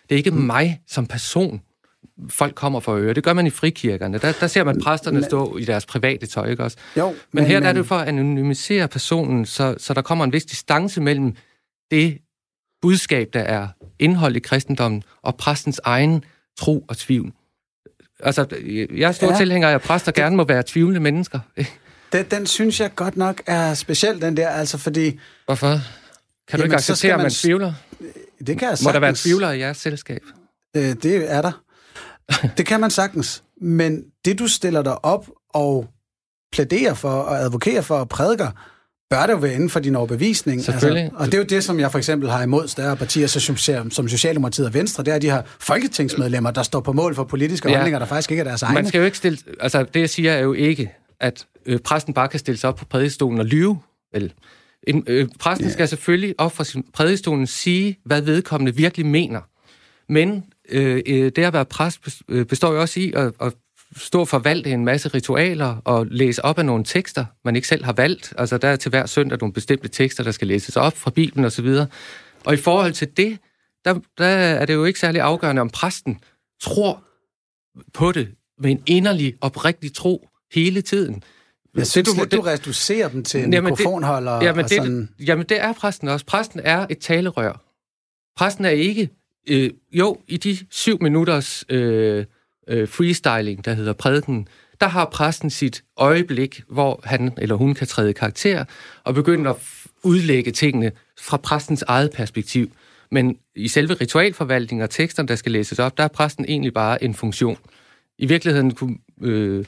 Det er ikke mig som person, folk kommer for at høre. Det gør man i frikirkerne. Der ser man præsterne stå i deres private tøj, ikke også? Jo, men her der er det for at anonymisere personen, så der kommer en vis distance mellem det budskab, der er indhold i kristendommen, og præstens egen tro og tvivl. Altså, jeg er stor tilhænger af, at præster gerne må være tvivlende mennesker. Den synes jeg godt nok er speciel, den der, altså fordi... Hvorfor? Kan du ikke acceptere, at man tvivler? Det kan jeg sagtens. Må der være tvivlere i jeres selskab? Det er der. Det kan man sagtens. Men det, du stiller dig op og plæderer for, og advokerer for og prædiker, bør det jo være inden for din overbevisning. Selvfølgelig. Altså, og det er jo det, som jeg for eksempel har imod større partier, som Socialdemokratiet og Venstre, det er de her folketingsmedlemmer, der står på mål for politiske holdninger, der faktisk ikke er deres egne. Man skal jo ikke stille... Altså, det jeg siger er jo ikke, at præsten bare kan stille sig op på prædikestolen og lyve. Vel? Præsten skal selvfølgelig op fra sin prædikestolen sige, hvad vedkommende virkelig mener. Men det at være præst består jo også i at stå og forvalte en masse ritualer og læse op af nogle tekster, man ikke selv har valgt. Altså, der er til hver søndag nogle bestemte tekster, der skal læses op fra Bibelen osv. Og i forhold til det, der er det jo ikke særlig afgørende, om præsten tror på det med en inderlig, oprigtig tro hele tiden. Jeg synes, du reducerer dem til en mikrofonholder. Jamen, det er præsten også. Præsten er et talerør. Præsten er ikke... i de 7 minutters freestyling, der hedder prædiken, der har præsten sit øjeblik, hvor han eller hun kan træde i karakter og begynde at udlægge tingene fra præstens eget perspektiv. Men i selve ritualforvaltningen og teksterne, der skal læses op, der er præsten egentlig bare en funktion. I virkeligheden kunne... kunne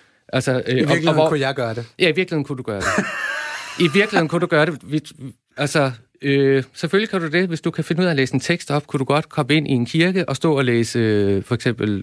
jeg gøre det. Ja, i virkeligheden kunne du gøre det. I virkeligheden kunne du gøre det. Selvfølgelig kan du det. Hvis du kan finde ud af at læse en tekst op, kunne du godt komme ind i en kirke og stå og læse for eksempel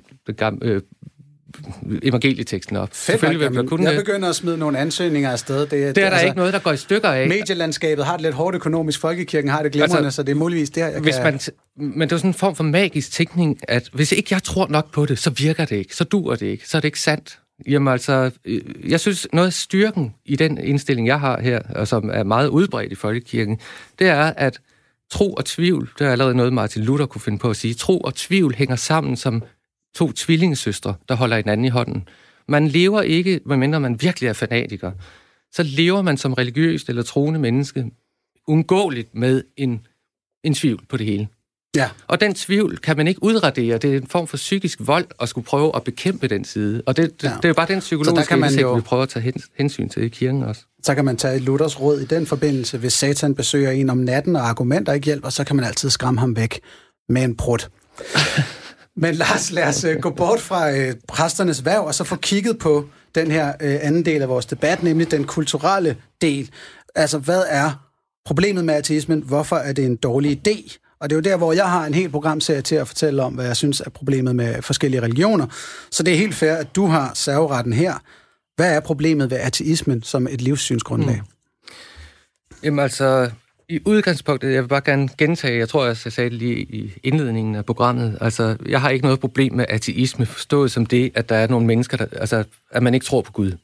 evangelieteksten op. Selvfølgelig vil jeg begynder at smide nogle ansøgninger afsted. Det er der ikke noget, der går i stykker af. Medielandskabet har det lidt hårdt økonomisk. Folkekirken har det glimrende, så det er muligvis der, men det er sådan en form for magisk tænkning, at hvis ikke jeg tror nok på det, så virker det ikke, så duer det ikke, så er det ikke sandt. Jamen altså, jeg synes, noget af styrken i den indstilling, jeg har her, og som er meget udbredt i folkekirken, det er, at tro og tvivl, det er allerede noget, Martin Luther kunne finde på at sige, tro og tvivl hænger sammen som 2 tvillingesøstre, der holder hinanden i hånden. Man lever ikke, medmindre man virkelig er fanatiker, så lever man som religiøst eller troende menneske undgåeligt med en tvivl på det hele. Ja. Og den tvivl kan man ikke udradere. Det er en form for psykisk vold at skulle prøve at bekæmpe den side. Og det er jo bare den psykologiske indsigt, vi prøver at tage hensyn til i kirken også. Så kan man tage Luthers råd i den forbindelse. Hvis Satan besøger en om natten, og argumenter ikke hjælper, så kan man altid skræmme ham væk med en prut. Men lad os gå bort fra præsternes hverv, og så få kigget på den her anden del af vores debat, nemlig den kulturelle del. Altså, hvad er problemet med ateismen? Hvorfor er det en dårlig idé? Og det er jo der, hvor jeg har en hel programserie til at fortælle om, hvad jeg synes er problemet med forskellige religioner. Så det er helt fair, at du har serveretten her. Hvad er problemet ved ateismen som et livssynsgrundlag? Jamen altså, i udgangspunktet, jeg vil bare gerne gentage, jeg tror, jeg sagde det lige i indledningen af programmet, altså, jeg har ikke noget problem med ateisme, forstået som det, at der er nogle mennesker, at man ikke tror på Gud.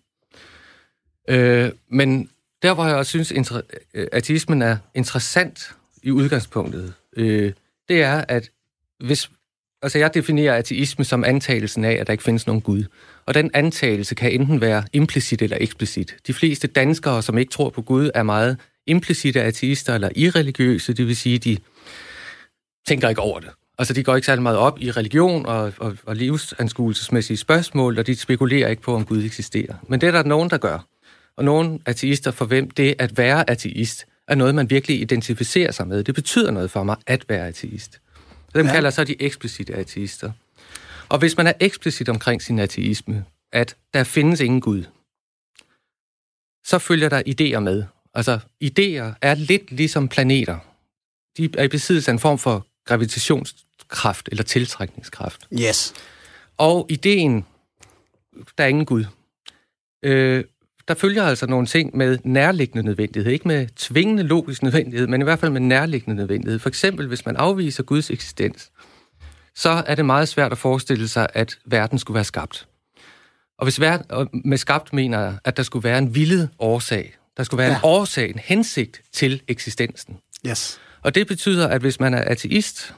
Men der, hvor jeg også synes, ateismen er interessant i udgangspunktet, det er, at jeg definerer ateisme som antagelsen af, at der ikke findes nogen Gud. Og den antagelse kan enten være implicit eller eksplicit. De fleste danskere, som ikke tror på Gud, er meget implicite ateister eller irreligiøse, det vil sige, de tænker ikke over det. Altså, de går ikke særlig meget op i religion og livsanskuelsesmæssige spørgsmål, og de spekulerer ikke på, om Gud eksisterer. Men det er der nogen, der gør. Og nogle ateister, for hvem det at være ateist er noget, man virkelig identificerer sig med. Det betyder noget for mig at være ateist. Dem kalder så de eksplicite ateister. Og hvis man er eksplicit omkring sin ateisme, at der findes ingen Gud, så følger der idéer med. Altså, idéer er lidt ligesom planeter. De er i besiddelse af en form for gravitationskraft eller tiltrækningskraft. Yes. Og ideen, der er ingen Gud. Der følger altså nogle ting med nærliggende nødvendighed. Ikke med tvingende logisk nødvendighed, men i hvert fald med nærliggende nødvendighed. For eksempel, hvis man afviser Guds eksistens, så er det meget svært at forestille sig, at verden skulle være skabt. Og hvis med skabt mener jeg, at der skulle være en villet årsag. Der skulle være en årsag, en hensigt til eksistensen. Yes. Og det betyder, at hvis man er ateist,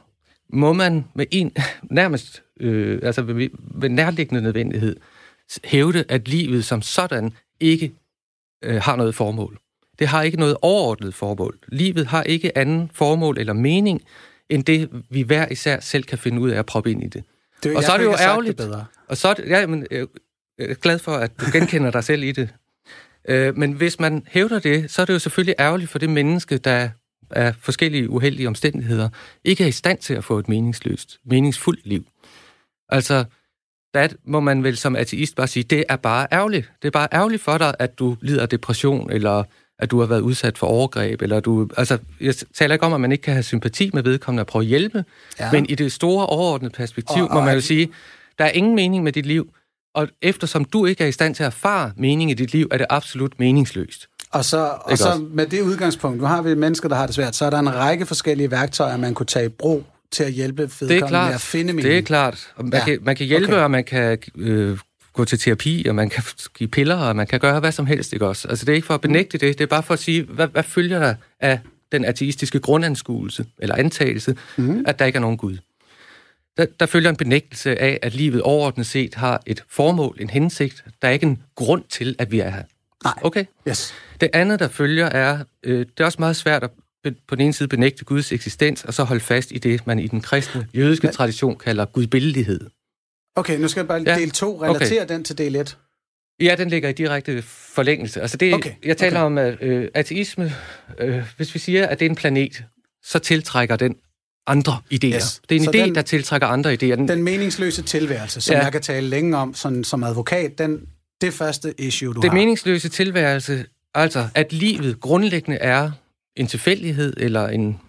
må man med nærmest ved nærliggende nødvendighed hævde, at livet som sådan ikke har noget formål. Det har ikke noget overordnet formål. Livet har ikke anden formål eller mening, end det, vi hver især selv kan finde ud af at proppe ind i det. Og så er det jo ærgerligt. Og så er det, jeg er glad for, at du genkender dig selv i det. Men hvis man hævder det, så er det jo selvfølgelig ærgerligt for det menneske, der af forskellige uheldige omstændigheder ikke er i stand til at få et meningsfuldt liv. Altså, der må man vel som ateist bare sige, det er bare ærgerligt. Det er bare ærgerligt for dig, at du lider af depression, eller at du har været udsat for overgreb, eller jeg taler ikke om, at man ikke kan have sympati med vedkommende og prøve at hjælpe, men i det store overordnede perspektiv må man jo sige, der er ingen mening med dit liv, og eftersom du ikke er i stand til at erfare mening i dit liv, er det absolut meningsløst. Og så med det udgangspunkt, nu har vi mennesker, der har det svært, så er der en række forskellige værktøjer, man kunne tage i brug til at hjælpe vedkommende med at finde mening. Det er klart. Man kan hjælpe, og man kan gå til terapi, og man kan give piller, og man kan gøre hvad som helst, ikke også? Altså, det er ikke for at benægte det, det er bare for at sige, hvad følger der af den ateistiske grundanskuelse, eller antagelse, at der ikke er nogen Gud. Der følger en benægtelse af, at livet overordnet set har et formål, en hensigt. Der er ikke en grund til, at vi er her. Nej. Okay? Yes. Det andet, der følger, er, det er også meget svært at på den ene side benægte Guds eksistens, og så holde fast i det, man i den kristne, jødiske tradition kalder gudbillighed. Okay, nu skal jeg bare del 2 relatere den til del 1. Ja, den ligger i direkte forlængelse. Altså jeg taler om ateisme. Hvis vi siger, at det er en planet, så tiltrækker den andre idéer. Yes. Det er en idé, der tiltrækker andre idéer. Den meningsløse tilværelse, som jeg kan tale længe om som advokat, det første issue, du har. Det meningsløse tilværelse, altså at livet grundlæggende er en tilfældighed, eller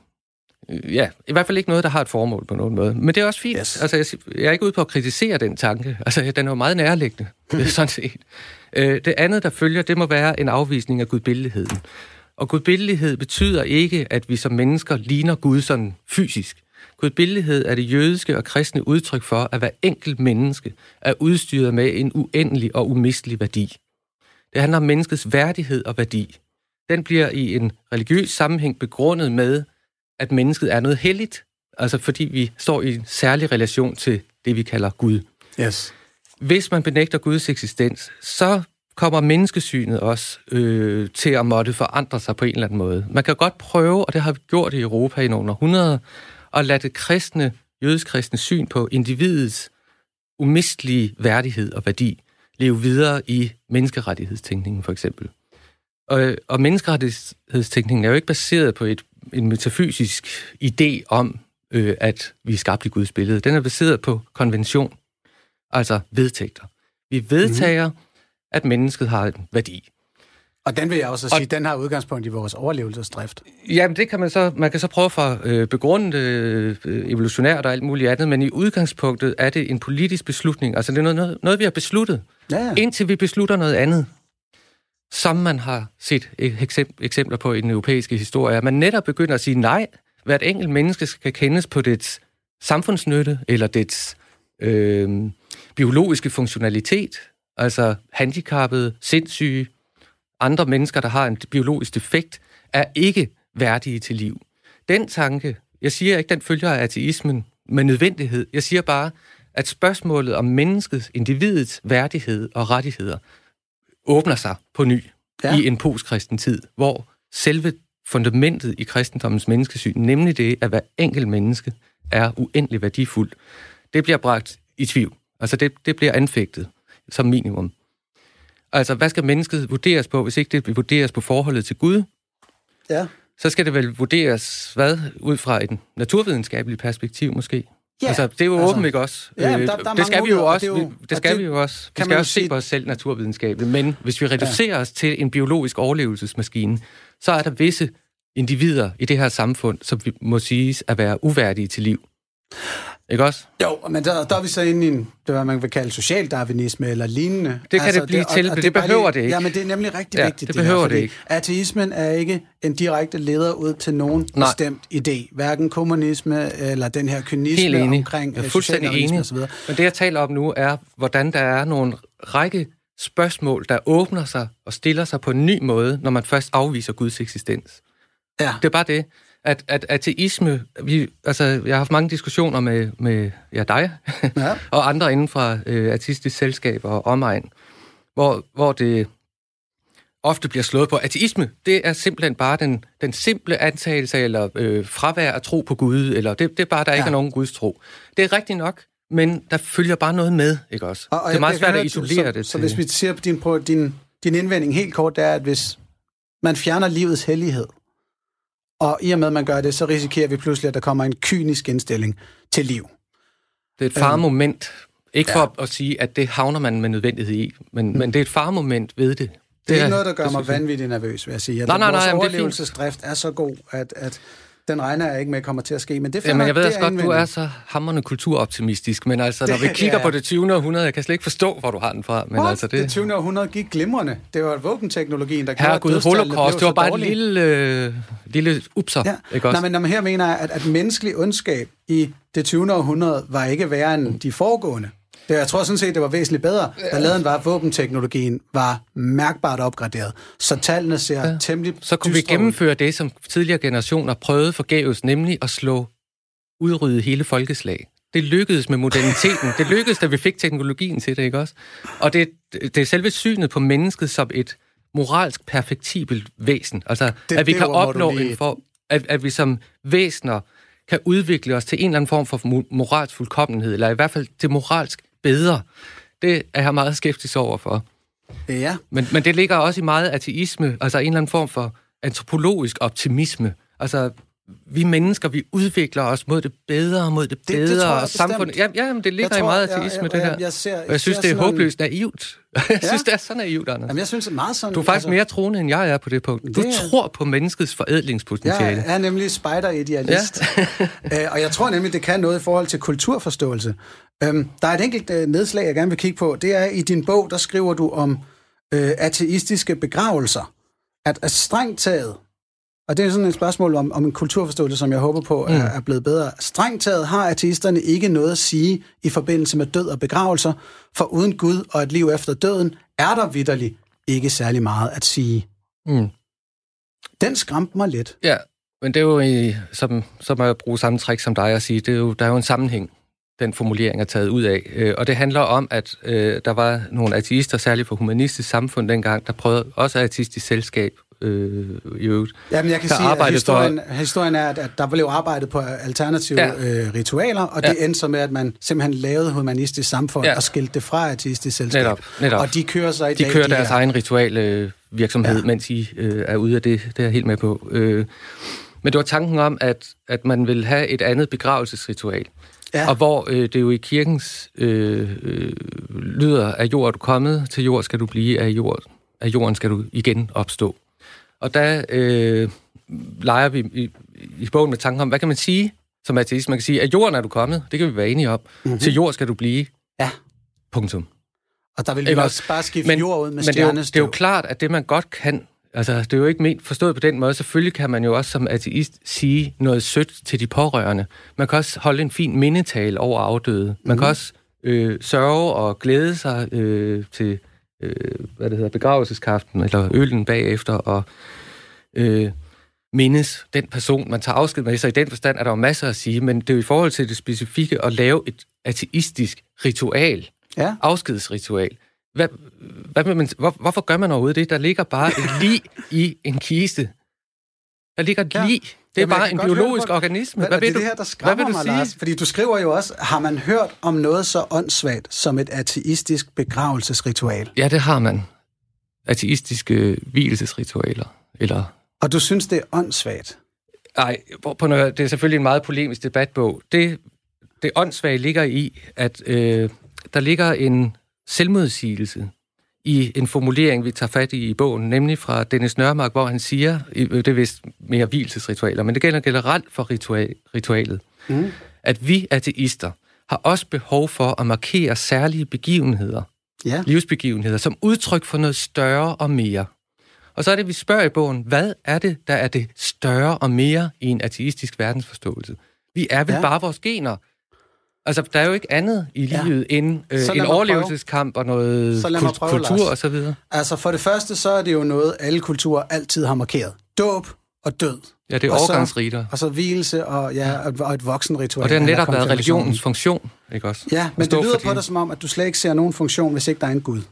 i hvert fald ikke noget, der har et formål på nogen måde. Men det er også fint. Yes. Altså, jeg er ikke ude på at kritisere den tanke. Altså, den er jo meget nærliggende, sådan set. Det andet, der følger, det må være en afvisning af gudbilligheden. Og gudbillighed betyder ikke, at vi som mennesker ligner Gud sådan fysisk. Gudbillighed er det jødiske og kristne udtryk for, at hver enkelt menneske er udstyret med en uendelig og umistelig værdi. Det handler om menneskets værdighed og værdi. Den bliver i en religiøs sammenhæng begrundet med, at mennesket er noget helligt, altså fordi vi står i en særlig relation til det, vi kalder Gud. Yes. Hvis man benægter Guds eksistens, så kommer menneskesynet også til at måtte forandre sig på en eller anden måde. Man kan godt prøve, og det har vi gjort i Europa i nogle århundreder, at lade det jødisk-kristne syn på individets umistelige værdighed og værdi leve videre i menneskerettighedstænkningen, for eksempel. Og menneskerettighedstænkningen er jo ikke baseret på en metafysisk idé om, at vi er skabt i Guds billede. Den er baseret på konvention, altså vedtægter. Vi vedtager, at mennesket har en værdi. Og den vil jeg også sige, den har udgangspunkt i vores overlevelsesdrift. Jamen, det kan man kan så prøve for begrundet evolutionært og alt muligt andet, men i udgangspunktet er det en politisk beslutning. Altså, det er noget vi har besluttet, indtil vi beslutter noget andet. Som man har set eksempler på i den europæiske historie, at man netop begynder at sige nej, hvert enkelt menneske skal kendes på dets samfundsnytte, eller dets biologiske funktionalitet, altså handicappede, sindssyge, andre mennesker, der har en biologisk defekt, er ikke værdige til liv. Den tanke, jeg siger ikke, den følger af ateismen med nødvendighed. Jeg siger bare, at spørgsmålet om menneskets, individets værdighed og rettigheder åbner sig på ny i en postkristen tid, hvor selve fundamentet i kristendommens menneskesyn, nemlig det, at hver enkelt menneske er uendelig værdifuldt, det bliver bragt i tvivl. Altså det bliver anfægtet som minimum. Altså, hvad skal mennesket vurderes på, hvis ikke det vurderes på forholdet til Gud? Ja. Så skal det vel vurderes, ud fra et naturvidenskabeligt perspektiv måske? Ja, altså, det er jo åbent, ikke også? Ja, det skal vi jo også. Det skal vi jo også. Vi skal også se på os selv naturvidenskabeligt. Men hvis vi reducerer os til en biologisk overlevelsesmaskine, så er der visse individer i det her samfund, som vi må siges at være uværdige til liv. Ikke også? Jo, men der er vi så inde i det, hvad man vil kalde socialdarwinisme eller lignende. Det kan det blive til, men det behøver det ikke. Ja, men det er nemlig rigtig vigtigt. Det behøver det ikke. Ateismen er ikke en direkte leder ud til nogen bestemt idé. Hverken kommunisme eller den her kynisme omkring socialdarwinisme osv. Men det, jeg taler om nu, er, hvordan der er nogle række spørgsmål, der åbner sig og stiller sig på en ny måde, når man først afviser Guds eksistens. Ja. Det er bare det. at ateisme... jeg har haft mange diskussioner med dig og andre inden for ateistisk selskab og omegn, hvor det ofte bliver slået på. Ateisme, det er simpelthen bare den simple antagelse eller fravær at tro på Gud, eller det er bare, der ikke er nogen Guds tro. Det er rigtigt nok, men der følger bare noget med, ikke også? Og det er meget svært at isolere det. Så hvis vi ser på din indvending helt kort, det er, at hvis man fjerner livets hellighed, og i og med, at man gør det, så risikerer vi pludselig, at der kommer en kynisk indstilling til liv. Det er et faremoment. Ikke for at sige, at det havner man med nødvendighed i, men det er et faremoment ved det. Det er ikke noget, der gør mig vanvittigt nervøs, vil jeg sige. Vores overlevelsesdrift er så god, at den regner jeg ikke med kommer til at ske. Men det jeg ved også godt, du er så hamrende kulturoptimistisk, men altså, når vi kigger på det 20. århundrede, jeg kan slet ikke forstå, hvor du har den fra. Men altså, det 20. århundrede gik glimrende. Det var våbenteknologien, der gjorde dødstallene Holocaust, det var bare et lille upser. Ikke også? Nej, men her mener jeg, at menneskelig ondskab i det 20. århundrede var ikke værre end de foregående. Jeg tror sådan set, det var væsentligt bedre. Balladen var, at våbenteknologien var mærkbart opgraderet. Så tallene ser temmelig så kunne vi gennemføre det, som tidligere generationer prøvede forgæves, nemlig at udrydde hele folkeslag. Det lykkedes med moderniteten. Det lykkedes, da vi fik teknologien til det, ikke også? Og det er selve synet på mennesket som et moralsk perfektibelt væsen. Altså, at vi kan opnå at vi som væsener kan udvikle os til en eller anden form for moralsk fuldkommenhed, eller i hvert fald til moralsk bedre. Det er jeg meget skeptisk overfor. Ja. Men det ligger også i meget ateisme, altså en eller anden form for antropologisk optimisme. Altså, vi mennesker, vi udvikler os mod det bedre, og samfundet. Jamen, det ligger i meget ateisme, det her. Jeg synes, det er håbløst naivt. Jeg synes, det er så naivt, Anders. Jamen, jeg synes, det er meget sådan... Du er faktisk mere troende, end jeg er på det punkt. Du tror på menneskets forædlingspotentiale. Jeg er nemlig spider-idealist. Ja. Og jeg tror nemlig, det kan noget i forhold til kulturforståelse. Der er et enkelt nedslag, jeg gerne vil kigge på. Det er, i din bog, der skriver du om ateistiske begravelser. At strengt taget, og det er sådan et spørgsmål om en kulturforståelse, som jeg håber på er blevet bedre. Strengt taget har ateisterne ikke noget at sige i forbindelse med død og begravelser, for uden Gud og et liv efter døden er der vitterligt ikke særlig meget at sige. Den skræmte mig lidt. Ja, men det er jo, som jeg bruger samme trick som dig at sige, der er jo en sammenhæng, den formulering er taget ud af. Og det handler om, at der var nogle ateister, særligt for humanistisk samfund dengang, der prøvede også ateistisk selskab i øvrigt. Jamen, jeg kan sige, at historien er, at der blev arbejdet på alternative ritualer, og det endte så med, at man simpelthen lavede humanistisk samfund og skilte det fra ateistisk selskab. Netop. Og de kører så i dag... De kører deres egen ritual virksomhed, mens I er ude af det. Det er jeg helt med på. Men det var tanken om, at man vil have et andet begravelsesritual. Ja. Og hvor det jo i kirkens lyder, af jord er du kommet, til jord skal du blive, af jorden skal du igen opstå. Og der leger vi i bogen med tanken om, hvad kan man sige som ateist? Man kan sige, at jorden er du kommet, det kan vi være enige om. Til jord skal du blive. Ja. Punktum. Og der vil vi også bare skifte jord ud med stjernestøv. Det er jo klart, at det man godt kan, altså det er jo ikke ment forstået på den måde, selvfølgelig kan man jo også som ateist sige noget sødt til de pårørende. Man kan også holde en fin mindetale over afdøde. Man kan også sørge og glæde sig til begravelseskaften, eller øllen bagefter, og mindes den person, man tager afsked med. Så i den forstand er der jo masser at sige, men det er jo i forhold til det specifikke at lave et ateistisk ritual, afskedsritual. Hvorfor gør man overhovedet det? Der ligger bare et lig i en kiste. Der ligger et lig. Det er bare en biologisk organisme. Hvad vil du, det her, der skræmmer mig, Lars? Fordi du skriver jo også, har man hørt om noget så åndssvagt som et ateistisk begravelsesritual? Ja, det har man. Ateistiske vielsesritualer. Og du synes, det er åndssvagt? Nej, det er selvfølgelig en meget polemisk debatbog. Det åndssvage ligger i, at der ligger en selvmodsigelse i en formulering, vi tager fat i bogen, nemlig fra Dennis Nørmark, hvor han siger, det er vist mere vielsesritualer, men det gælder generelt for ritualet, at vi ateister har også behov for at markere særlige begivenheder, livsbegivenheder, som udtryk for noget større og mere. Og så er det, vi spørger i bogen, hvad er det, der er det større og mere i en ateistisk verdensforståelse? Vi er vel bare vores gener. Altså, der er jo ikke andet i livet end en overlevelseskamp og noget kultur og så videre. Altså, for det første, så er det jo noget, alle kulturer altid har markeret. Dåb og død. Ja, det er overgangsriter. Og så hvilelse og et voksenritual. Og det har netop været religionens funktion, ikke også? Ja, men det lyder på dig som om, at du slet ikke ser nogen funktion, hvis ikke der er en Gud.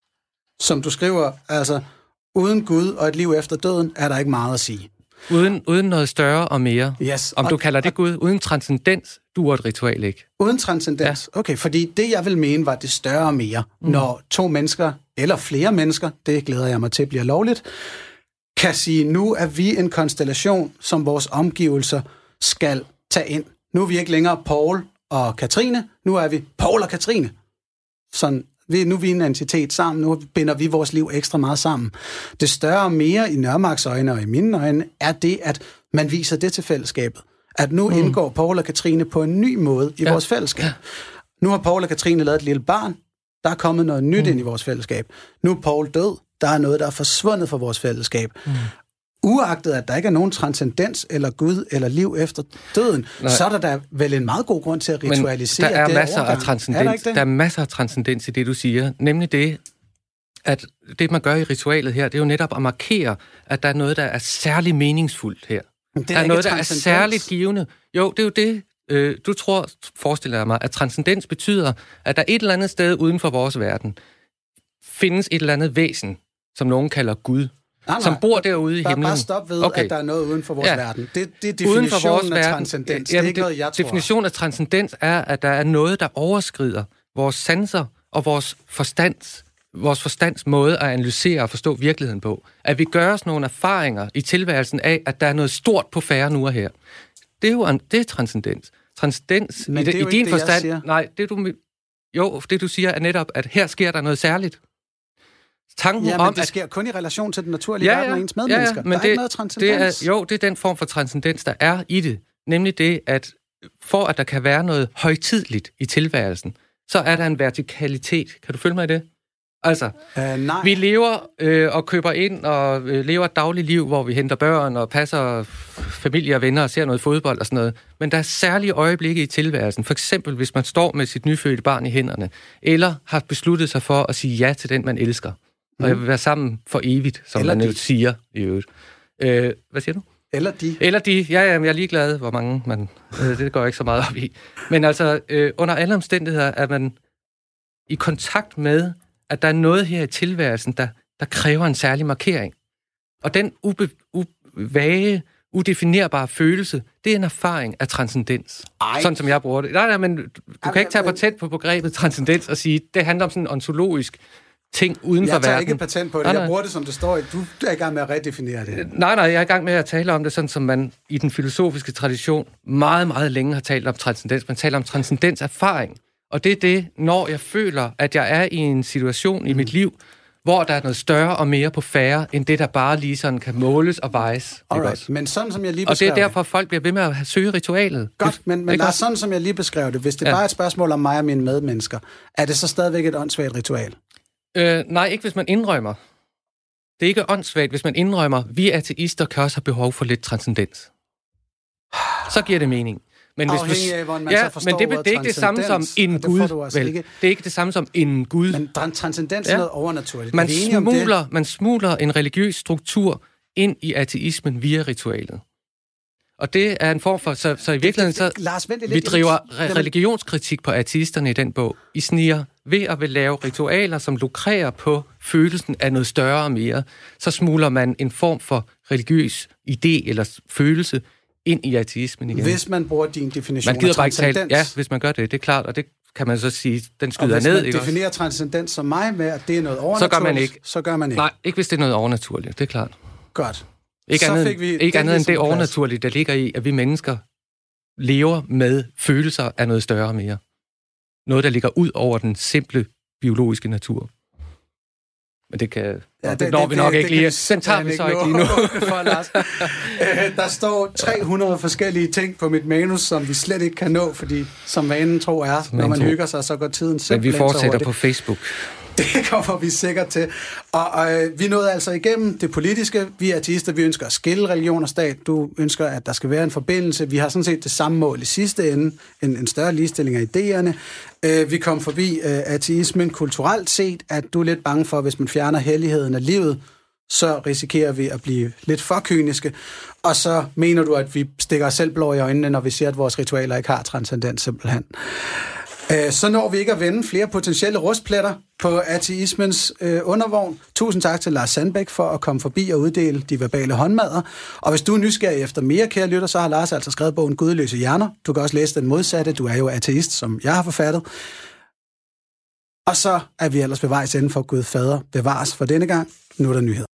Som du skriver, altså, uden Gud og et liv efter døden, er der ikke meget at sige. Uden noget større og mere. Yes. Om du kalder det Gud, uden transcendens, duer et ritual ikke. Uden transcendens? Ja. Okay, fordi det, jeg vil mene, var det større og mere, når to mennesker, eller flere mennesker, det glæder jeg mig til, bliver lovligt, kan sige, nu er vi en konstellation, som vores omgivelser skal tage ind. Nu er vi ikke længere Paul og Katrine, nu er vi Paul og Katrine. Sådan, nu er vi en entitet sammen, nu binder vi vores liv ekstra meget sammen. Det større og mere i Nørmarks øjne og i mine øjne, er det, at man viser det til fællesskabet. At nu indgår Paul og Katrine på en ny måde i vores fællesskab. Ja. Nu har Paul og Katrine lavet et lille barn, der er kommet noget nyt ind i vores fællesskab. Nu er Paul død, der er noget, der er forsvundet fra vores fællesskab. Uagtet, at der ikke er nogen transcendens eller Gud eller liv efter døden, så er der vel en meget god grund til at ritualisere det. Men der er masser af transcendens. Der er masser af transcendens i det, du siger. Nemlig det, at det, man gør i ritualet her, det er jo netop at markere, at der er noget, der er særlig meningsfuldt her. Der er noget, der er særligt givende. Jo, det er jo det. Du forestiller mig, at transcendens betyder, at der et eller andet sted uden for vores verden findes et eller andet væsen, som nogen kalder Gud, som bor derude i himlen. Bare stop ved, at der er noget uden for vores verden. Det er definitionen af transcendens. Det er ikke noget, jeg tror. Definitionen af transcendens er, at der er noget, der overskrider vores sanser og vores forstands måde at analysere og forstå virkeligheden på. At vi gør os nogle erfaringer i tilværelsen af, at der er noget stort på færre nu og her. Det er transcendens. Transcendens men det er jo i din det, forstand. Nej, det du siger er netop, at her sker der noget særligt. Tanken men om, det sker kun i relation til den naturlige verden og ens medmennesker. Men der er ikke noget transcendens. Det er den form for transcendens, der er i det. Nemlig det, at for at der kan være noget højtideligt i tilværelsen, så er der en vertikalitet. Kan du følge mig i det? Altså, nej. Vi lever og køber ind og lever et dagligt liv, hvor vi henter børn og passer familie og venner og ser noget fodbold og sådan noget. Men der er særlige øjeblikke i tilværelsen. For eksempel, hvis man står med sit nyfødte barn i hænderne, eller har besluttet sig for at sige ja til den, man elsker. Og jeg vil være sammen for evigt, som eller man jo siger i øvrigt. Hvad siger du? Eller de. Ja, jeg er ligeglad, hvor mange man... det går ikke så meget op i. Men altså, under alle omstændigheder er man i kontakt med, at der er noget her i tilværelsen, der kræver en særlig markering. Og den vage, udefinerbare følelse, det er en erfaring af transcendens. Sådan som jeg bruger det. Nej, men du kan ikke tage patent på begrebet transcendens og sige, det handler om sådan en ontologisk ting uden for verden. Jeg tager ikke patent på det. Jeg bruger det, som det står. Du er i gang med at redefinere det. Nej, jeg er i gang med at tale om det, sådan som man i den filosofiske tradition meget, meget længe har talt om transcendens. Man taler om transcendenserfaring. Og det er det, når jeg føler, at jeg er i en situation i mit liv, hvor der er noget større og mere på færre, end det, der bare lige sådan kan måles og vejes. Alright, men sådan som jeg lige beskrev det. Og det er derfor, folk bliver ved med at søge ritualet. Godt, men lad os sådan som jeg lige beskrev det. Hvis det bare er et spørgsmål om mig og mine medmennesker, er det så stadigvæk et åndssvagt ritual? Nej, ikke hvis man indrømmer. Det er ikke åndssvagt, hvis man indrømmer, vi ateister kan også have behov for lidt transcendens. Så giver det mening. Men hvis afhængig af, hvordan man så forstår men det er ikke det samme som en Gud, altså vel? Det er ikke det samme som en Gud. Men transcendens er noget overnaturligt. Man smugler en religiøs struktur ind i ateismen via ritualet. Og det er en form for... Så i virkeligheden, så vi driver religionskritik på ateisterne i den bog. I sniger ved at vil lave ritualer, som lukrerer på følelsen af noget større og mere. Så smugler man en form for religiøs idé eller følelse ind i ateismen igen. Hvis man bruger din definition af transcendens. Ja, hvis man gør det, det er klart, og det kan man så sige, den skyder ned. Og hvis man definerer transcendens som mig med, at det er noget overnaturligt, så gør man ikke. Nej, ikke hvis det er noget overnaturligt, det er klart. Godt. Ikke andet end det overnaturlige, der ligger i, at vi mennesker lever med følelser af noget større og mere. Noget, der ligger ud over den simple biologiske natur. Men det kan... Ja, det når vi nok ikke lige. Den tager vi så ikke lige nu. Der står 300 forskellige ting på mit manus, som vi slet ikke kan nå, fordi som vanen tro er, når man hygger sig, så går tiden simpelthen. Men vi fortsætter på Facebook. Det kommer vi sikkert til. Og vi nåede altså igennem det politiske. Vi ateister, vi ønsker at skille religion og stat. Du ønsker, at der skal være en forbindelse. Vi har sådan set det samme mål i sidste ende. En større ligestilling af idéerne. Vi kom forbi ateismen kulturelt set, at du er lidt bange for, hvis man fjerner helligheden af livet, så risikerer vi at blive lidt for kyniske, og så mener du, at vi stikker os selv blå i øjnene, når vi siger, at vores ritualer ikke har transcendens simpelthen. Så når vi ikke at vende flere potentielle rustpletter på ateismens undervogn. Tusind tak til Lars Sandbæk for at komme forbi og uddele de verbale håndmadder. Og hvis du er nysgerrig efter mere, kære lytter, så har Lars altså skrevet bogen Gudeløse hjerner. Du kan også læse den modsatte. Du er jo ateist, som jeg har forfattet. Og så er vi ellers ved vejs ende for Gud Fader bevares for denne gang. Nu er der nyheder.